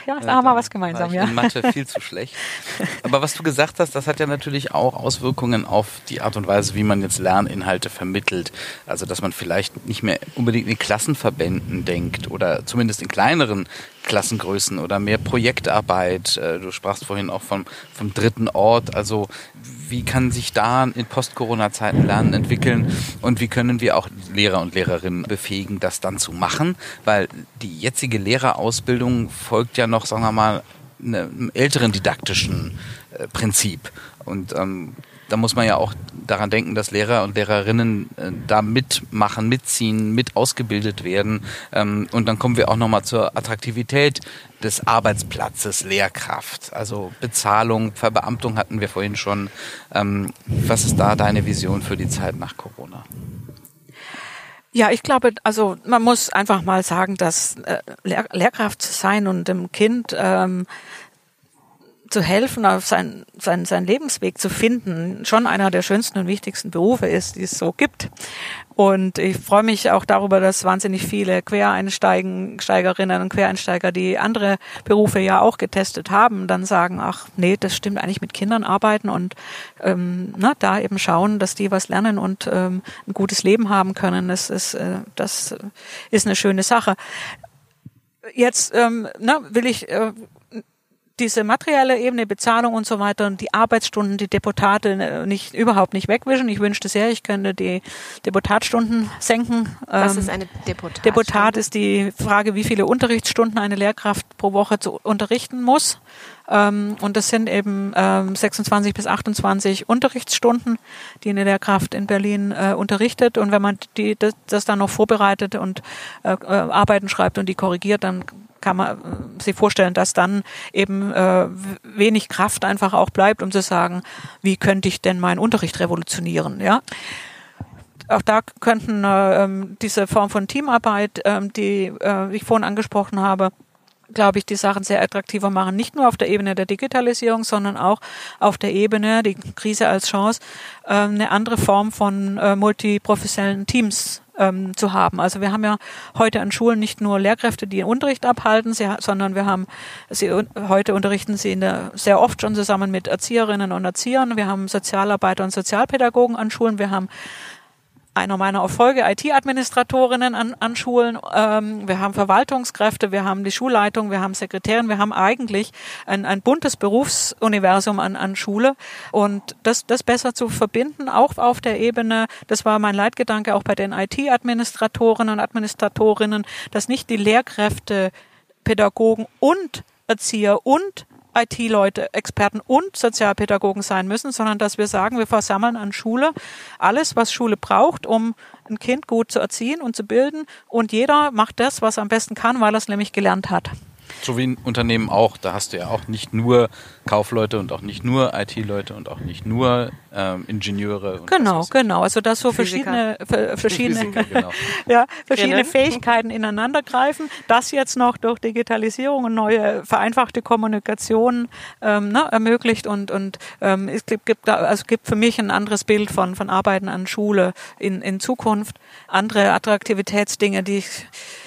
Ja, da haben wir was gemeinsam, war ich ja. in Mathe viel zu schlecht. Aber was du gesagt hast, das hat ja natürlich auch Auswirkungen auf die Art und Weise, wie man jetzt Lerninhalte vermittelt. Also, dass man vielleicht nicht mehr unbedingt in Klassenverbänden denkt oder zumindest in kleineren Klassengrößen oder mehr Projektarbeit. Du sprachst vorhin auch vom, vom dritten Ort. Also, wie kann sich da in Post-Corona-Zeiten Lernen entwickeln und wie können wir auch Lehrer und Lehrerinnen befähigen, das dann zu machen? Weil die jetzige Lehrerausbildung folgt ja noch, sagen wir mal, einem älteren didaktischen äh, Prinzip. Und ähm, da muss man ja auch daran denken, dass Lehrer und Lehrerinnen äh, da mitmachen, mitziehen, mit ausgebildet werden. Ähm, und dann kommen wir auch nochmal zur Attraktivität des Arbeitsplatzes, Lehrkraft. Also Bezahlung, Verbeamtung hatten wir vorhin schon. Ähm, was ist da deine Vision für die Zeit nach Corona? Ja, ich glaube, also man muss einfach mal sagen, dass äh, Lehr- Lehrkraft zu sein und dem Kind ähm, zu helfen, auf sein, sein, seinen Lebensweg zu finden, schon einer der schönsten und wichtigsten Berufe ist, die es so gibt. Und ich freue mich auch darüber, dass wahnsinnig viele Quereinsteigerinnen und Quereinsteiger, die andere Berufe ja auch getestet haben, dann sagen, ach nee, das stimmt eigentlich mit Kindern arbeiten und ähm, na, da eben schauen, dass die was lernen und ähm, ein gutes Leben haben können. Das ist, äh, das ist eine schöne Sache. Jetzt ähm, na, will ich äh, diese materielle Ebene, Bezahlung und so weiter und die Arbeitsstunden, die Deputate nicht, überhaupt nicht wegwischen. Ich wünschte sehr, ich könnte die Deputatstunden senken. Was ist eine Deputat? Deputat ist die Frage, wie viele Unterrichtsstunden eine Lehrkraft pro Woche zu unterrichten muss. Und das sind eben sechsundzwanzig bis achtundzwanzig Unterrichtsstunden, die eine Lehrkraft in Berlin äh, unterrichtet. Und wenn man die, das, das dann noch vorbereitet und äh, Arbeiten schreibt und die korrigiert, dann kann man sich vorstellen, dass dann eben äh, wenig Kraft einfach auch bleibt, um zu sagen, wie könnte ich denn meinen Unterricht revolutionieren, ja? Auch da könnten äh, diese Form von Teamarbeit, äh, die äh, ich vorhin angesprochen habe, glaube ich, die Sachen sehr attraktiver machen, nicht nur auf der Ebene der Digitalisierung, sondern auch auf der Ebene, die Krise als Chance, äh, eine andere Form von äh, multiprofessionellen Teams ähm, zu haben. Also wir haben ja heute an Schulen nicht nur Lehrkräfte, die Unterricht abhalten, sie, sondern wir haben, sie, heute unterrichten sie in der, sehr oft schon zusammen mit Erzieherinnen und Erziehern. Wir haben Sozialarbeiter und Sozialpädagogen an Schulen. Wir haben einer meiner Erfolge, I T-Administratorinnen an, an Schulen. Ähm, wir haben Verwaltungskräfte, wir haben die Schulleitung, wir haben Sekretärin, wir haben eigentlich ein, ein buntes Berufsuniversum an, an Schule. Und das, das besser zu verbinden, auch auf der Ebene, das war mein Leitgedanke auch bei den I T-Administratorinnen und Administratorinnen, dass nicht die Lehrkräfte, Pädagogen und Erzieher und I T-Leute, Experten und Sozialpädagogen sein müssen, sondern dass wir sagen, wir versammeln an Schule alles, was Schule braucht, um ein Kind gut zu erziehen und zu bilden. Und jeder macht das, was er am besten kann, weil er es nämlich gelernt hat. So wie in Unternehmen auch. Da hast du ja auch nicht nur Kaufleute und auch nicht nur I T-Leute und auch nicht nur ähm, Ingenieure. Und genau, was genau. Also dass so Physiker. verschiedene, verschiedene, Physiker, genau. ja, verschiedene Drinnen. Fähigkeiten ineinander greifen. Das jetzt noch durch Digitalisierung und neue vereinfachte Kommunikation ähm, ne, ermöglicht und und ähm, es gibt, gibt da, also gibt für mich ein anderes Bild von von Arbeiten an Schule in in Zukunft. Andere Attraktivitätsdinge, die ich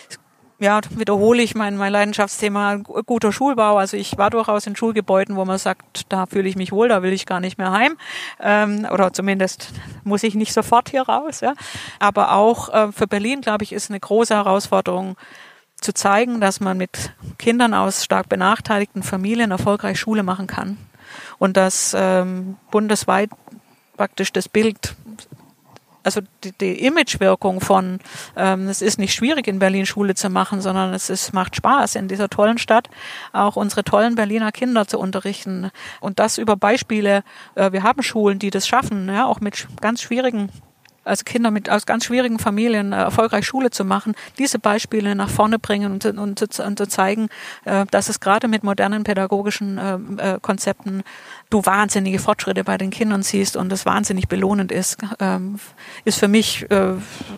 Ja, wiederhole ich mein, mein Leidenschaftsthema guter Schulbau. Also ich war durchaus in Schulgebäuden, wo man sagt, da fühle ich mich wohl, da will ich gar nicht mehr heim. Ähm, oder zumindest muss ich nicht sofort hier raus. Ja. Aber auch äh, für Berlin, glaube ich, ist eine große Herausforderung zu zeigen, dass man mit Kindern aus stark benachteiligten Familien erfolgreich Schule machen kann. Und dass ähm, bundesweit praktisch das Bild, also die, die Imagewirkung von, ähm, es ist nicht schwierig, in Berlin Schule zu machen, sondern es ist, macht Spaß, in dieser tollen Stadt auch unsere tollen Berliner Kinder zu unterrichten. Und das über Beispiele. Äh, wir haben Schulen, die das schaffen, ja, auch mit ganz schwierigen, also Kinder mit aus ganz schwierigen Familien äh, erfolgreich Schule zu machen, diese Beispiele nach vorne bringen und, und, und, und zu zeigen, äh, dass es gerade mit modernen pädagogischen äh, äh, Konzepten du wahnsinnige Fortschritte bei den Kindern siehst und es wahnsinnig belohnend ist, ähm, ist für mich, äh,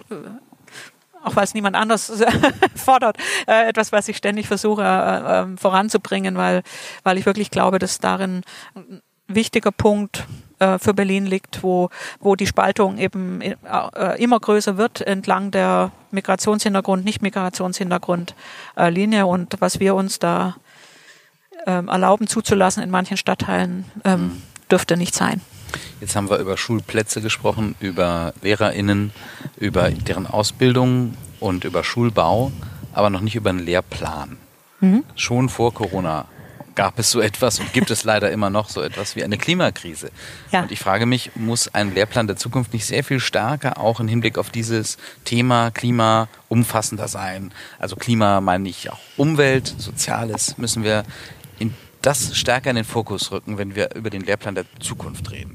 auch weil es niemand anders fordert, äh, etwas, was ich ständig versuche äh, äh, voranzubringen, weil, weil ich wirklich glaube, dass darin ein wichtiger Punkt äh, für Berlin liegt, wo, wo die Spaltung eben äh, immer größer wird entlang der Migrationshintergrund, Nicht-Migrationshintergrund äh, Linie und was wir uns da ähm, erlauben, zuzulassen in manchen Stadtteilen, ähm, mhm. dürfte nicht sein. Jetzt haben wir über Schulplätze gesprochen, über LehrerInnen, über deren Ausbildung und über Schulbau, aber noch nicht über einen Lehrplan. Mhm. Schon vor Corona gab es so etwas und gibt es leider immer noch so etwas wie eine Klimakrise. Ja. Und ich frage mich, muss ein Lehrplan der Zukunft nicht sehr viel stärker auch im Hinblick auf dieses Thema Klima umfassender sein? Also Klima meine ich auch Umwelt, Soziales, müssen wir in das stärker in den Fokus rücken, wenn wir über den Lehrplan der Zukunft reden?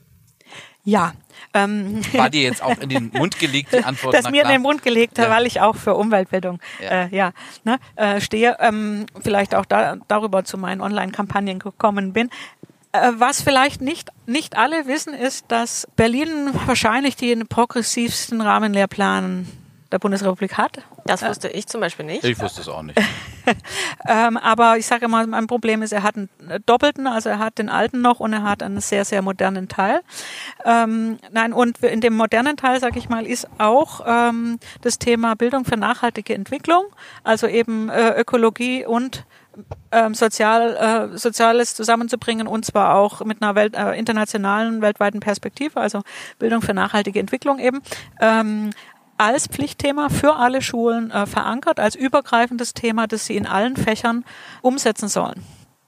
Ja. Ähm, War dir jetzt auch in den Mund gelegt, die Antwort? Das mir in den Mund gelegt, ja. Weil ich auch für Umweltbildung ja. Äh, ja, ne, äh, stehe, ähm, vielleicht auch da, darüber zu meinen Online-Kampagnen gekommen bin. Äh, was vielleicht nicht, nicht alle wissen, ist, dass Berlin wahrscheinlich den progressivsten Rahmenlehrplan der Bundesrepublik hat. Das wusste ich zum Beispiel nicht. Ich wusste es auch nicht. ähm, aber ich sage mal, mein Problem ist, er hat einen doppelten, also er hat den alten noch und er hat einen sehr, sehr modernen Teil. Ähm, nein, und in dem modernen Teil, sage ich mal, ist auch ähm, das Thema Bildung für nachhaltige Entwicklung, also eben äh, Ökologie und ähm, Sozial, äh, Soziales zusammenzubringen und zwar auch mit einer Welt, äh, internationalen, weltweiten Perspektive, also Bildung für nachhaltige Entwicklung eben. Ähm, als Pflichtthema für alle Schulen äh, verankert, als übergreifendes Thema, das sie in allen Fächern umsetzen sollen.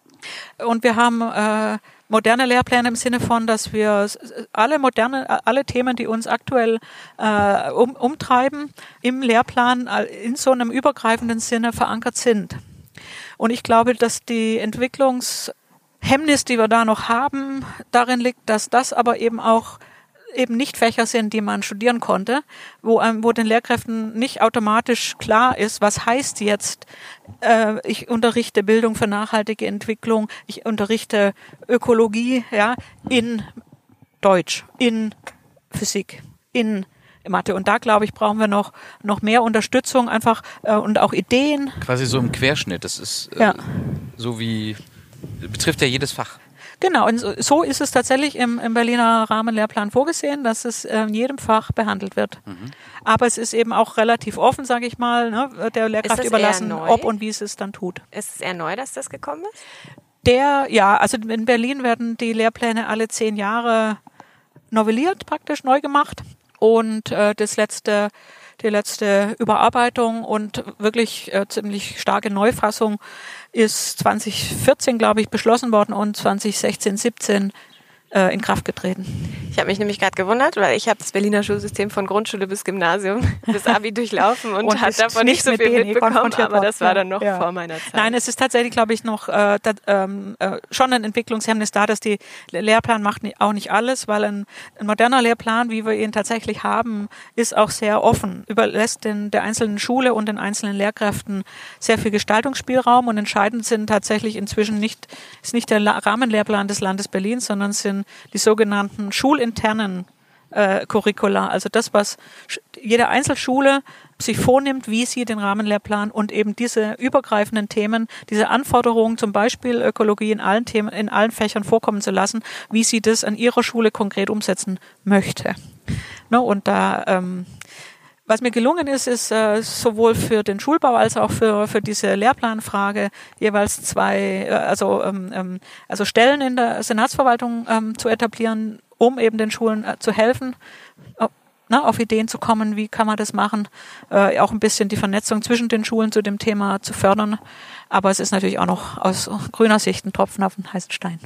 Und wir haben äh, moderne Lehrpläne im Sinne von, dass wir alle moderne, alle Themen, die uns aktuell äh, um, umtreiben, im Lehrplan in so einem übergreifenden Sinne verankert sind. Und ich glaube, dass die Entwicklungshemmnis, die wir da noch haben, darin liegt, dass das aber eben auch eben nicht Fächer sind, die man studieren konnte, wo, ähm, wo den Lehrkräften nicht automatisch klar ist, was heißt jetzt, äh, ich unterrichte Bildung für nachhaltige Entwicklung, ich unterrichte Ökologie, ja, in Deutsch, in Physik, in Mathe. Und da, glaube ich, brauchen wir noch, noch mehr Unterstützung einfach äh, und auch Ideen. Quasi so im Querschnitt, das ist äh, ja. so wie, betrifft ja jedes Fach. Genau, und so ist es tatsächlich im, im Berliner Rahmenlehrplan vorgesehen, dass es in jedem Fach behandelt wird. Mhm. Aber es ist eben auch relativ offen, sage ich mal, ne, der Lehrkraft überlassen, ob und wie es es dann tut. Ist es eher neu, dass das gekommen ist? Der, ja, also in Berlin werden die Lehrpläne alle zehn Jahre novelliert, praktisch neu gemacht. Und äh, das letzte, die letzte Überarbeitung und wirklich äh, ziemlich starke Neufassung ist zwanzig vierzehn, glaube ich, beschlossen worden und zwanzig sechzehn, siebzehn äh, in Kraft getreten. Ich habe mich nämlich gerade gewundert, weil ich habe das Berliner Schulsystem von Grundschule bis Gymnasium bis Abi durchlaufen und, und habe davon nicht so viel mitbekommen, aber das war dann noch ja. vor meiner Zeit. Nein, es ist tatsächlich, glaube ich, noch äh, dat, ähm, äh, schon ein Entwicklungshemmnis da, dass die Lehrplan macht nicht, auch nicht alles, weil ein, ein moderner Lehrplan, wie wir ihn tatsächlich haben, ist auch sehr offen, überlässt den, der einzelnen Schule und den einzelnen Lehrkräften sehr viel Gestaltungsspielraum und entscheidend sind tatsächlich inzwischen nicht, ist nicht der La- Rahmenlehrplan des Landes Berlin, sondern sind die sogenannten schulinternen äh, Curricula, also das, was jede Einzelschule sich vornimmt, wie sie den Rahmenlehrplan und eben diese übergreifenden Themen, diese Anforderungen, zum Beispiel Ökologie in allen Themen, in allen Fächern vorkommen zu lassen, wie sie das an ihrer Schule konkret umsetzen möchte. Ne, und da ähm, was mir gelungen ist, ist äh, sowohl für den Schulbau als auch für für diese Lehrplanfrage jeweils zwei, äh, also ähm, also Stellen in der Senatsverwaltung ähm, zu etablieren, um eben den Schulen äh, zu helfen, äh, na, auf Ideen zu kommen, wie kann man das machen, äh, auch ein bisschen die Vernetzung zwischen den Schulen zu dem Thema zu fördern. Aber es ist natürlich auch noch aus grüner Sicht ein Tropfen auf den heißen Stein.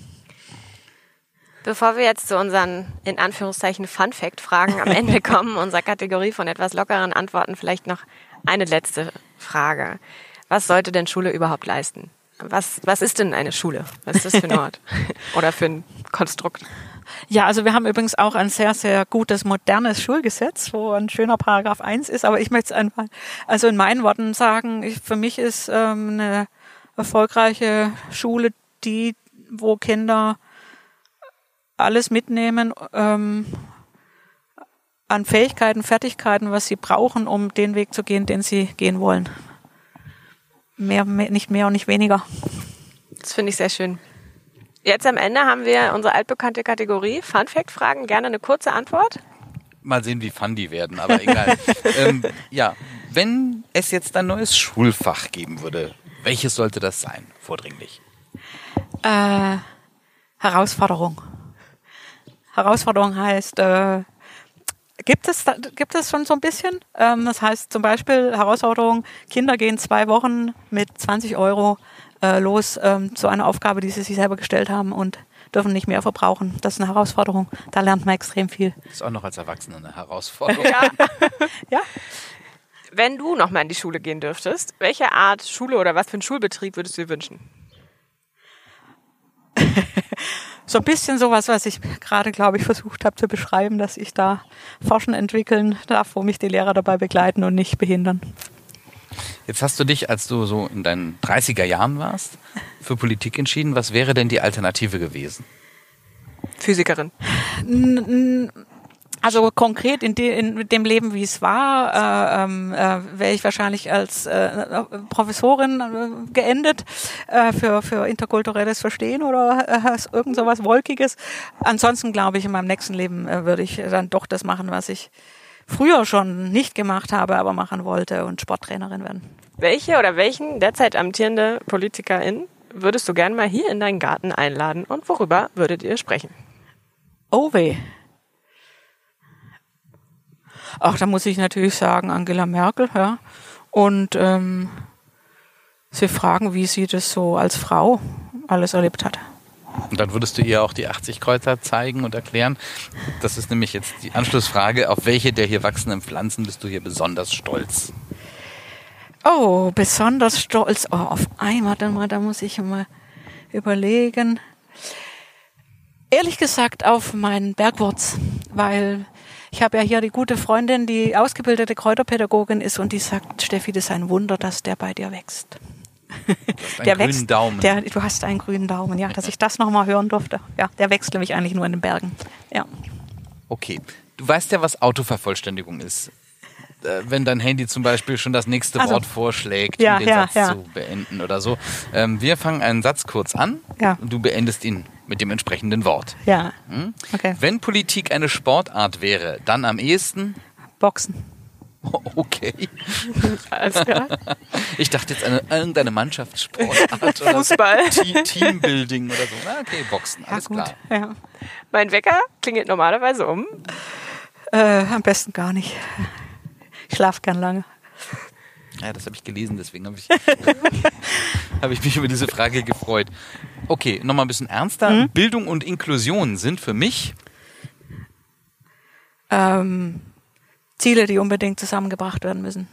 Bevor wir jetzt zu unseren, in Anführungszeichen, Fun-Fact-Fragen am Ende kommen, unserer Kategorie von etwas lockeren Antworten, vielleicht noch eine letzte Frage. Was sollte denn Schule überhaupt leisten? Was, was ist denn eine Schule? Was ist das für ein Ort? Oder für ein Konstrukt? Ja, also wir haben übrigens auch ein sehr, sehr gutes, modernes Schulgesetz, wo ein schöner Paragraph eins ist, aber ich möchte es einfach, also in meinen Worten sagen, ich, für mich ist ähm, eine erfolgreiche Schule die, wo Kinder alles mitnehmen ähm, an Fähigkeiten, Fertigkeiten, was sie brauchen, um den Weg zu gehen, den sie gehen wollen. Mehr, mehr nicht mehr und nicht weniger. Das finde ich sehr schön. Jetzt am Ende haben wir unsere altbekannte Kategorie Fun-Fact-Fragen. Gerne eine kurze Antwort. Mal sehen, wie fun die werden, aber egal. ähm, ja, wenn es jetzt ein neues Schulfach geben würde, welches sollte das sein, vordringlich? Äh, Herausforderung. Herausforderung heißt, äh, gibt es da, gibt es schon so ein bisschen? Ähm, das heißt zum Beispiel Herausforderung, Kinder gehen zwei Wochen mit zwanzig Euro äh, los ähm, zu einer Aufgabe, die sie sich selber gestellt haben und dürfen nicht mehr verbrauchen. Das ist eine Herausforderung. Da lernt man extrem viel. Das ist auch noch als Erwachsener eine Herausforderung. Ja. Ja. Wenn du nochmal in die Schule gehen dürftest, welche Art Schule oder was für einen Schulbetrieb würdest du dir wünschen? So ein bisschen sowas, was ich gerade, glaube ich, versucht habe zu beschreiben, dass ich da forschen, entwickeln darf, wo mich die Lehrer dabei begleiten und nicht behindern. Jetzt hast du dich, als du so in deinen dreißiger Jahren warst, für Politik entschieden. Was wäre denn die Alternative gewesen? Physikerin. Also konkret in, de, in dem Leben, wie es war, äh, äh, wäre ich wahrscheinlich als äh, Professorin äh, geendet äh, für, für interkulturelles Verstehen oder äh, irgend sowas Wolkiges. Ansonsten glaube ich, in meinem nächsten Leben äh, würde ich dann doch das machen, was ich früher schon nicht gemacht habe, aber machen wollte und Sporttrainerin werden. Welche oder welchen derzeit amtierende Politikerin würdest du gern mal hier in deinen Garten einladen und worüber würdet ihr sprechen? Oh weh. Ach, da muss ich natürlich sagen, Angela Merkel, ja. Und ähm, sie fragen, wie sie das so als Frau alles erlebt hat. Und dann würdest du ihr auch die achtzig Kreuzer zeigen und erklären. Das ist nämlich jetzt die Anschlussfrage. Auf welche der hier wachsenden Pflanzen bist du hier besonders stolz? Oh, besonders stolz. Oh, auf einmal, dann mal, da muss ich mal überlegen. Ehrlich gesagt auf meinen Bergwurz, weil ich habe ja hier die gute Freundin, die ausgebildete Kräuterpädagogin ist und die sagt, Steffi, das ist ein Wunder, dass der bei dir wächst. Du hast einen der grünen wächst, Daumen. Der, du hast einen grünen Daumen, ja, dass ich das nochmal hören durfte. Ja, der wächst nämlich eigentlich nur in den Bergen. Ja. Okay, du weißt ja, was Autovervollständigung ist. Äh, wenn dein Handy zum Beispiel schon das nächste Also, Wort vorschlägt, ja, um den ja, Satz ja. zu beenden oder so. Ähm, wir fangen einen Satz kurz an Ja. und du beendest ihn mit dem entsprechenden Wort. Ja, Hm? okay. Wenn Politik eine Sportart wäre, dann am ehesten... Boxen. Okay. Alles klar. Ich dachte jetzt an irgendeine Mannschaftssportart oder Fußball. Te- Teambuilding oder so. Na, okay, Boxen, alles ja, gut. klar. Ja. Mein Wecker klingelt normalerweise um. Äh, am besten gar nicht. Ich schlafe gern lange. Ja, das habe ich gelesen, deswegen habe ich, hab ich mich über diese Frage gefreut. Okay, nochmal ein bisschen ernster. Mhm. Bildung und Inklusion sind für mich... Ähm, Ziele, die unbedingt zusammengebracht werden müssen.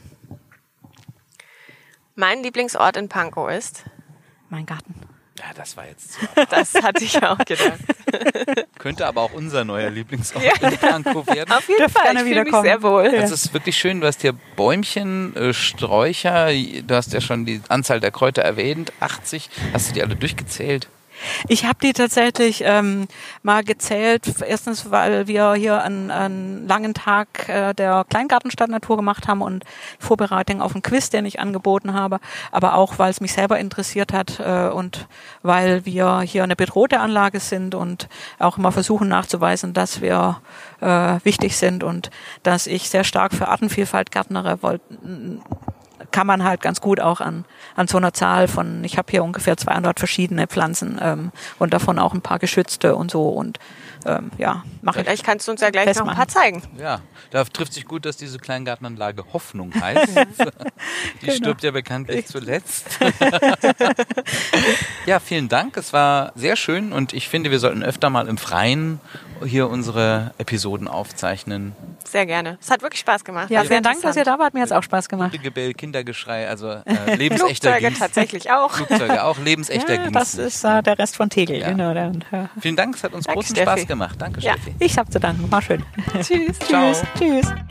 Mein Lieblingsort in Pankow ist... Mein Garten. Ja, das war jetzt... Das hatte ich auch gedacht. Könnte aber auch unser neuer Lieblingsort Ja. in Pankow werden. Auf jeden Dürft Fall, gerne ich fühle mich wiederkommen. sehr wohl. Das ist wirklich schön. Du hast hier Bäumchen, äh, Sträucher. Du hast ja schon die Anzahl der Kräuter erwähnt. achtzig. Hast du die alle durchgezählt? Ich habe die tatsächlich ähm, mal gezählt. Erstens, weil wir hier einen, einen langen Tag äh, der Kleingartenstadtnatur gemacht haben und Vorbereitung auf einen Quiz, den ich angeboten habe. Aber auch, weil es mich selber interessiert hat äh, und weil wir hier eine bedrohte Anlage sind und auch immer versuchen nachzuweisen, dass wir äh, wichtig sind und dass ich sehr stark für Artenvielfalt gärtnere wollte. Kann man halt ganz gut auch an, an so einer Zahl von, ich habe hier ungefähr zweihundert verschiedene Pflanzen ähm, und davon auch ein paar geschützte und so und ähm, ja, mache ich. Vielleicht kannst du uns ja gleich noch ein paar zeigen. Ja, da trifft sich gut, dass diese Kleingartenanlage Hoffnung heißt. Die Genau. stirbt ja bekanntlich zuletzt. Ja, vielen Dank. Es war sehr schön und ich finde, wir sollten öfter mal im Freien hier unsere Episoden aufzeichnen. Sehr gerne. Es hat wirklich Spaß gemacht. Ja, Sehr vielen Dank, dass ihr da wart. Mir hat es auch Spaß gemacht. Gebell, Kindergeschrei, also äh, lebensechter Flugzeuge Dienst. tatsächlich auch. Flugzeuge auch, lebensechter Ja, Dienst. das ist äh, der Rest von Tegel. Ja. Genau, der, ja. Vielen Dank, es hat uns Danke, großen Steffi. Spaß gemacht. Danke, Ja. Steffi. Ich habe zu danken. War schön. Tschüss. Ciao. Tschüss. Tschüss.